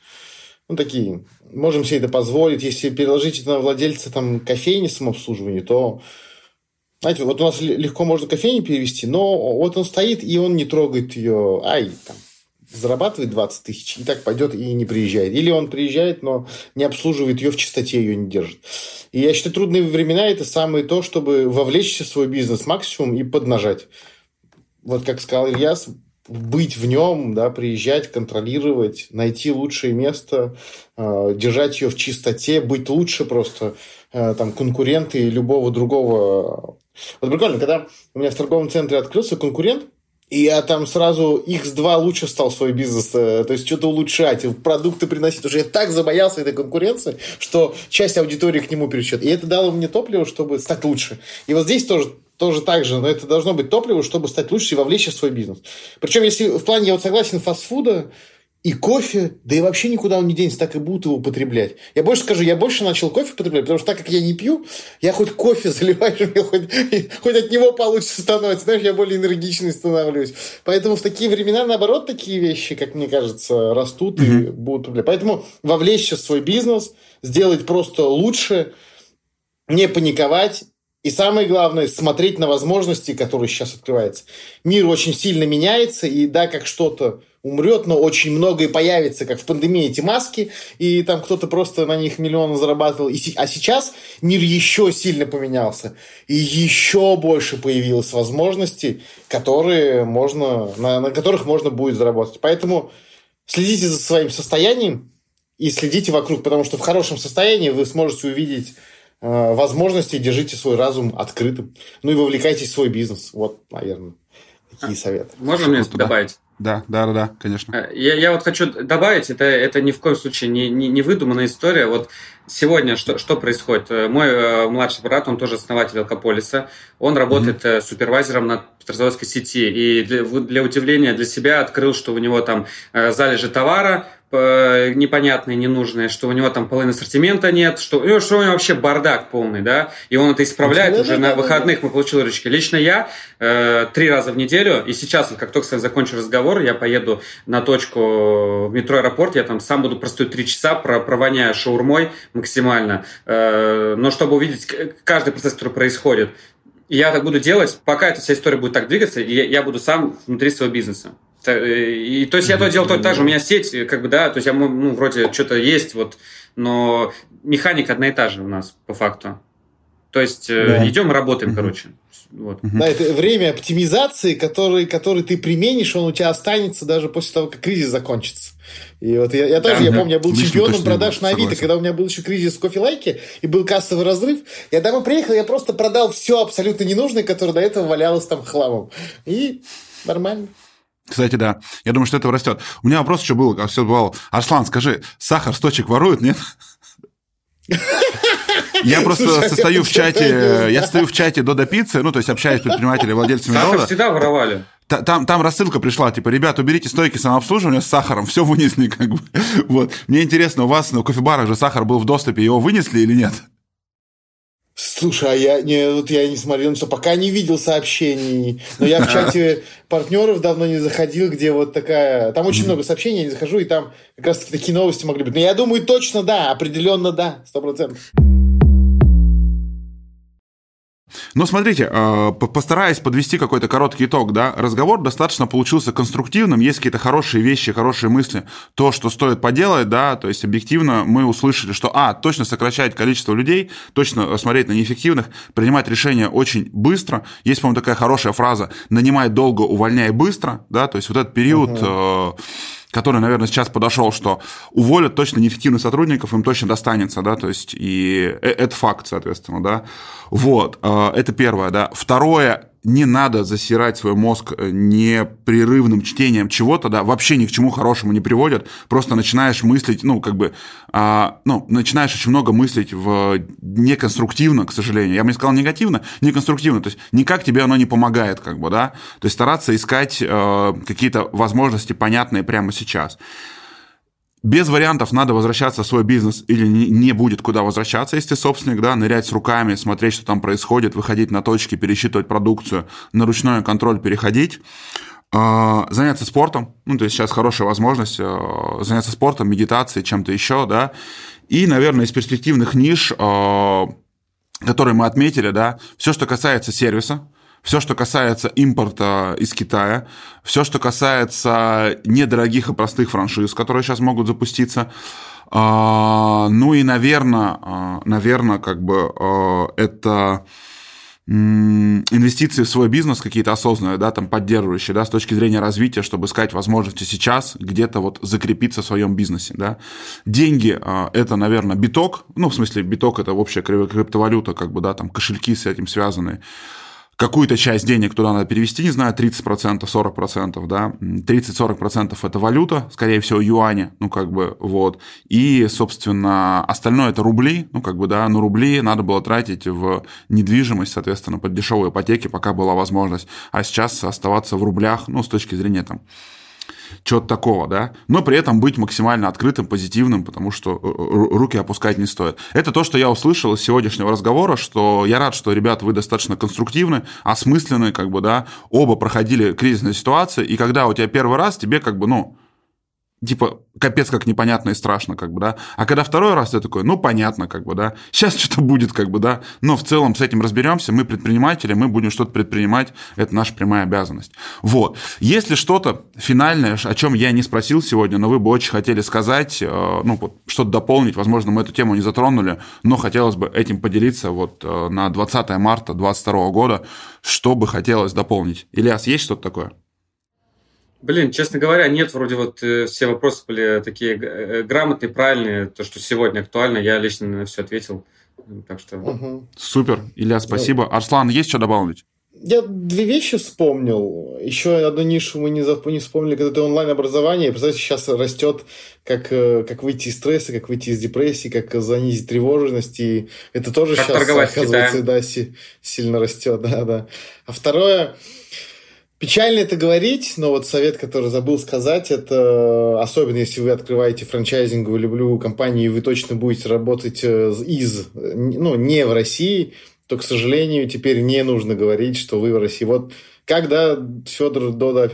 Можем себе это позволить. Если переложить это на владельца кофейни самообслуживания, то, знаете, вот у нас легко можно кофейню перевести, но вот он стоит, и он не трогает ее, зарабатывает 20 тысяч, и так пойдет и не приезжает. Или он приезжает, но не обслуживает ее, в чистоте ее не держит. И я считаю, трудные времена – это самое то, чтобы вовлечься в свой бизнес максимум и поднажать. Вот как сказал Ильяс, быть в нем, приезжать, контролировать, найти лучшее место, держать ее в чистоте, быть лучше просто конкуренты любого другого. Вот прикольно, когда у меня в торговом центре открылся конкурент, и я сразу x2 лучше стал свой бизнес, то есть что-то улучшать, продукты приносить. Уже я так забоялся этой конкуренции, что часть аудитории к нему пересчет. И это дало мне топливо, чтобы стать лучше. И вот здесь тоже так же, но это должно быть топливо, чтобы стать лучше и вовлечь в свой бизнес. Причем, если в плане, я согласен, фастфуда и кофе, да и вообще никуда он не денется, так и будут его употреблять. Я больше скажу, я больше начал кофе потреблять, потому что так как я не пью, я хоть кофе заливаю, мне хоть от него получше становится, знаешь, я более энергичный становлюсь. Поэтому в такие времена, наоборот, такие вещи, как мне кажется, растут и будут употреблять. Поэтому вовлечься в свой бизнес, сделать просто лучше, не паниковать. И самое главное, смотреть на возможности, которые сейчас открываются. Мир очень сильно меняется, и как что-то умрет, но очень многое появится, как в пандемии эти маски, и кто-то просто на них миллионы зарабатывал. А сейчас мир еще сильно поменялся, и еще больше появилось возможностей, на которых можно будет заработать. Поэтому следите за своим состоянием, и следите вокруг, потому что в хорошем состоянии вы сможете увидеть возможности, держите свой разум открытым. Ну и вовлекайтесь в свой бизнес. Вот, наверное, такие советы. Можно мне добавить? Да, конечно. Я вот хочу добавить, это ни в коем случае не выдуманная история. Вот сегодня что происходит? Мой младший брат, он тоже основатель Алкополиса, он работает супервайзером на петрозаводской сети. И для удивления для себя открыл, что у него там залежи товара непонятные, ненужные, что у него там половины ассортимента нет, что у него вообще бардак полный, да, и он это исправляет уже на выходных, мы получили ручки. Лично я 3 раза в неделю, и сейчас, как только с вами закончу разговор, я поеду на точку в метро Аэропорт, я там сам буду простоять 3 часа, провоняя шаурмой максимально, но чтобы увидеть каждый процесс, который происходит, я так буду делать, пока эта вся история будет так двигаться, и я буду сам внутри своего бизнеса. И, то есть я то делал так же, у меня сеть, как бы, да, то есть я, вроде что-то есть, вот, но механика одна и та же у нас, по факту. То есть идем, работаем, короче. Вот. Да, это время оптимизации, который ты применишь, он у тебя останется даже после того, как кризис закончится. И вот я тоже, я помню, я был чемпионом продаж на Авито, когда у меня был еще кризис в кофе-лайке, и был кассовый разрыв. Я домой приехал, я просто продал все абсолютно ненужное, которое до этого валялось там хламом. И нормально. Кстати, да. Я думаю, что это растет. У меня вопрос еще был, как все бывало. Арслан, скажи, сахар с точек воруют, нет? Я просто состою в чате Додо Пиццы, ну, то есть общаюсь с предпринимателями, владельцами Додо. Сахар всегда воровали. Там рассылка пришла, типа, ребята, уберите стойки самообслуживания с сахаром, все вынесли, как бы. Вот. Мне интересно, у вас на кофебарах же сахар был в доступе, его вынесли или нет? Слушай, я не смотрел, что пока не видел сообщений, но я в чате партнеров давно не заходил, где вот такая... Там очень много сообщений, я не захожу, и там как раз-таки такие новости могли быть. Но я думаю, точно да, определенно да, 100%. Но смотрите, постараюсь подвести какой-то короткий итог, да, разговор достаточно получился конструктивным, есть какие-то хорошие вещи, хорошие мысли, то, что стоит поделать, да, то есть объективно мы услышали, что, точно сокращать количество людей, точно смотреть на неэффективных, принимать решения очень быстро, есть, по-моему, такая хорошая фраза, нанимай долго, увольняй быстро, да, то есть вот этот период... который, наверное, сейчас подошел, что уволят точно неэффективных сотрудников, им точно достанется, да, то есть, и это факт, соответственно, да, вот, это первое, да. Второе, не надо засирать свой мозг непрерывным чтением чего-то, да, вообще ни к чему хорошему не приводит, просто начинаешь мыслить, начинаешь очень много мыслить неконструктивно, к сожалению, я бы не сказал негативно, неконструктивно, то есть никак тебе оно не помогает, как бы, да, то есть стараться искать какие-то возможности понятные прямо сейчас. Без вариантов надо возвращаться в свой бизнес или не будет куда возвращаться, если собственник, да, нырять с руками, смотреть, что там происходит, выходить на точки, пересчитывать продукцию, на ручной контроль переходить, заняться спортом, то есть сейчас хорошая возможность заняться спортом, медитацией, чем-то еще, да, и, наверное, из перспективных ниш, которые мы отметили, да, все, что касается сервиса, все, что касается импорта из Китая, все, что касается недорогих и простых франшиз, которые сейчас могут запуститься, ну и, наверное, как бы это инвестиции в свой бизнес какие-то осознанные, да, там поддерживающие, да, с точки зрения развития, чтобы искать возможности сейчас где-то вот закрепиться в своем бизнесе, да. Деньги это, наверное, биток, в смысле биток это общая криптовалюта, как бы, да, там кошельки с этим связаны. Какую-то часть денег туда надо перевести, не знаю, 30%, 40%, да, 30-40% это валюта, скорее всего, юани, вот, и, собственно, остальное это рубли, но рубли надо было тратить в недвижимость, соответственно, под дешевые ипотеки, пока была возможность, а сейчас оставаться в рублях, с точки зрения, там, чего-то такого, да, но при этом быть максимально открытым, позитивным, потому что руки опускать не стоит. Это то, что я услышал из сегодняшнего разговора, что я рад, что, ребята, вы достаточно конструктивны, осмысленны, как бы, да, оба проходили кризисные ситуации, и когда у тебя первый раз, тебе как бы, типа, капец, как непонятно и страшно, как бы, да. А когда второй раз, ты такой, понятно, как бы, да. Сейчас что-то будет, как бы, да. Но в целом с этим разберемся. Мы предприниматели, мы будем что-то предпринимать. Это наша прямая обязанность. Вот. Если что-то финальное, о чем я не спросил сегодня, но вы бы очень хотели сказать, что-то дополнить, возможно, мы эту тему не затронули, но хотелось бы этим поделиться вот на 20 марта 2022 года, что бы хотелось дополнить. Ильяс, есть что-то такое? Блин, честно говоря, нет, вроде вот все вопросы были такие грамотные, правильные, то, что сегодня актуально, я лично на все ответил. Так что... Супер. Илья, спасибо. Арслан, есть что добавить? Я две вещи вспомнил. Еще одну нишу мы не вспомнили, когда это онлайн-образование. Представляете, сейчас растет, как выйти из стресса, как выйти из депрессии, как занизить тревожность. И это тоже как сейчас, оказывается, да, сильно растет. Да. А второе... Печально это говорить, но вот совет, который забыл сказать, это особенно если вы открываете франчайзинговую или любую компанию, и вы точно будете работать не в России, то, к сожалению, теперь не нужно говорить, что вы в России. Вот когда Федор Дода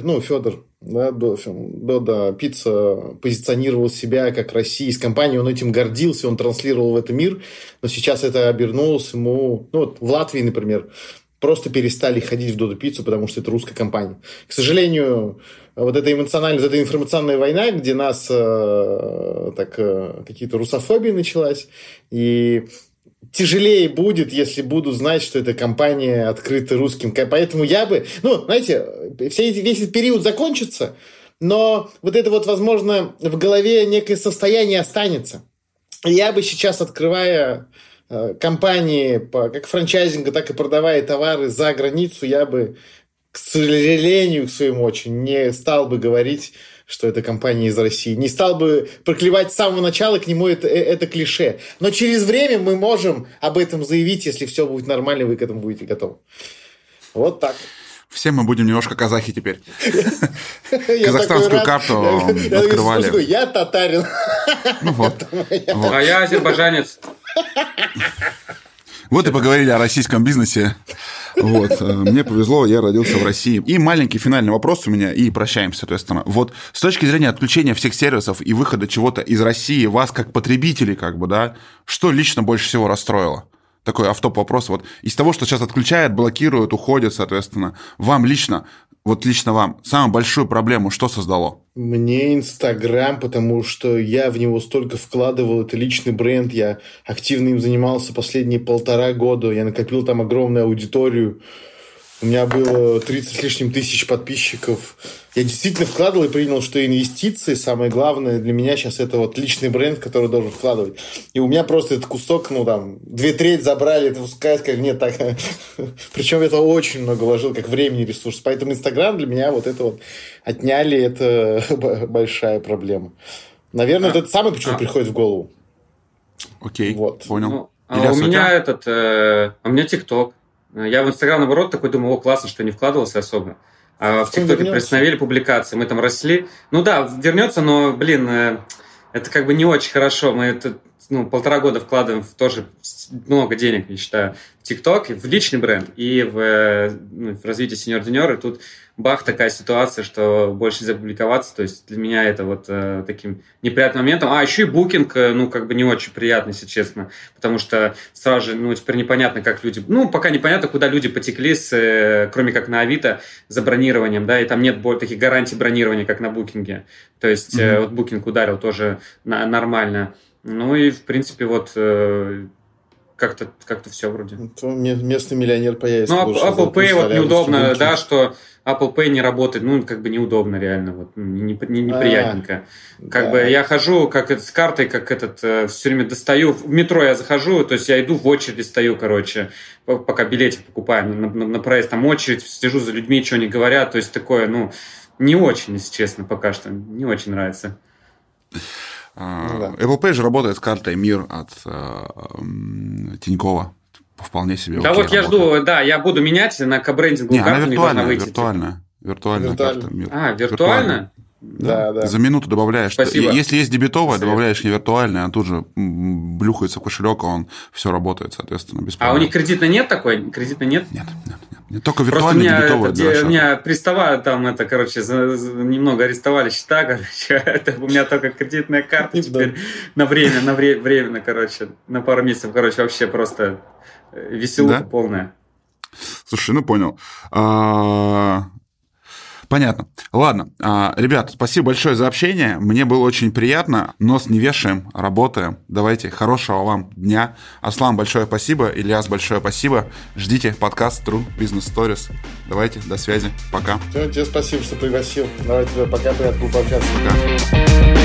Пицца позиционировал себя как российская компания, он этим гордился, он транслировал в этот мир, но сейчас это обернулось ему... в Латвии, например, просто перестали ходить в Додо Пиццу, потому что это русская компания. К сожалению, вот эта информационная война, где нас какие-то русофобии началась, и тяжелее будет, если будут знать, что эта компания открыта русским. Поэтому я бы... весь этот период закончится, но вот это вот, возможно, в голове некое состояние останется. И я бы сейчас, открывая... компании, как франчайзинга, так и продавая товары за границу, я бы, к сожалению, к своему очень, не стал бы говорить, что это компания из России. Не стал бы проклевать с самого начала, к нему это клише. Но через время мы можем об этом заявить, если все будет нормально, вы к этому будете готовы. Вот так. Все мы будем немножко казахи теперь. Казахстанскую карту открывали. Я татарин. А я азербайджанец. Вот и поговорили о российском бизнесе. Мне повезло, я родился в России. И маленький финальный вопрос у меня, и прощаемся, соответственно. Вот с точки зрения отключения всех сервисов и выхода чего-то из России, вас как потребителей, что лично больше всего расстроило? Такой автоп вопрос. Вот из того, что сейчас отключают, блокируют, уходят, соответственно, вам лично вам, самую большую проблему что создало? Мне Инстаграм, потому что я в него столько вкладывал, это личный бренд, я активно им занимался последние 1,5 года, я накопил там огромную аудиторию, у меня было 30 с лишним тысяч подписчиков. Я действительно вкладывал и принял, что инвестиции, самое главное для меня сейчас это вот личный бренд, который должен вкладывать. И у меня просто этот кусок, 2/3 забрали, это сказать, как нет, так. Причем это очень много вложил, как времени, ресурс. Поэтому Инстаграм для меня отняли, это большая проблема. Наверное, это самое, почему приходит в голову. Окей, понял. У меня ТикТок. Я в Инстаграм, наоборот, такой думаю, классно, что не вкладывался особо. А в ТикТоке приостановили публикации, мы там росли. Вернется, но, это не очень хорошо. Мы 1,5 года вкладываем тоже много денег, я считаю, в ТикТок, в личный бренд и в развитие сеньор-динер. И тут такая ситуация, что больше нельзя публиковаться. То есть для меня это таким неприятным моментом. А еще и букинг, не очень приятный, если честно. Потому что сразу же, теперь непонятно, как люди... пока непонятно, куда люди потекли, кроме как на Авито, за бронированием, да, и там нет таких гарантий бронирования, как на букинге. То есть букинг ударил тоже нормально. И, в принципе, как-то все вроде. Местный миллионер появится. Apple Pay неудобно, да, что Apple Pay не работает, неудобно реально, неприятненько. Я хожу с картой, все время достаю, в метро я захожу, то есть я иду в очередь, стою, пока билетик покупаю на проезд, там очередь, слежу за людьми, что они говорят, то есть такое, не очень, если честно, пока что, не очень нравится. Apple Pay же работает с картой МИР от Тинькова. Вполне себе. Да, вот я жду, я буду менять на кабрендинговую карту. Она виртуальная карта МИР. Виртуальная? Да. За минуту добавляешь. Спасибо. Если есть дебетовая, добавляешь не виртуальная, она тут же блюхается в кошелек, он все работает, соответственно, без проблем. А у них кредитной нет такой? Кредитной нет? Нет. Только виртуальная дебетовая. Меня приставали там, немного арестовали счета, это у меня только кредитная карта теперь на временно, на пару месяцев, вообще просто веселуха полная. Слушай, понял. Понятно. Ладно. Ребят, спасибо большое за общение. Мне было очень приятно. Нос не вешаем, работаем. Давайте, хорошего вам дня. Аслан, большое спасибо. Ильяс, большое спасибо. Ждите подкаст True Business Stories. Давайте, до связи. Пока. Тебе спасибо, что пригласил. Давайте, пока, приятно пообщаться. Пока.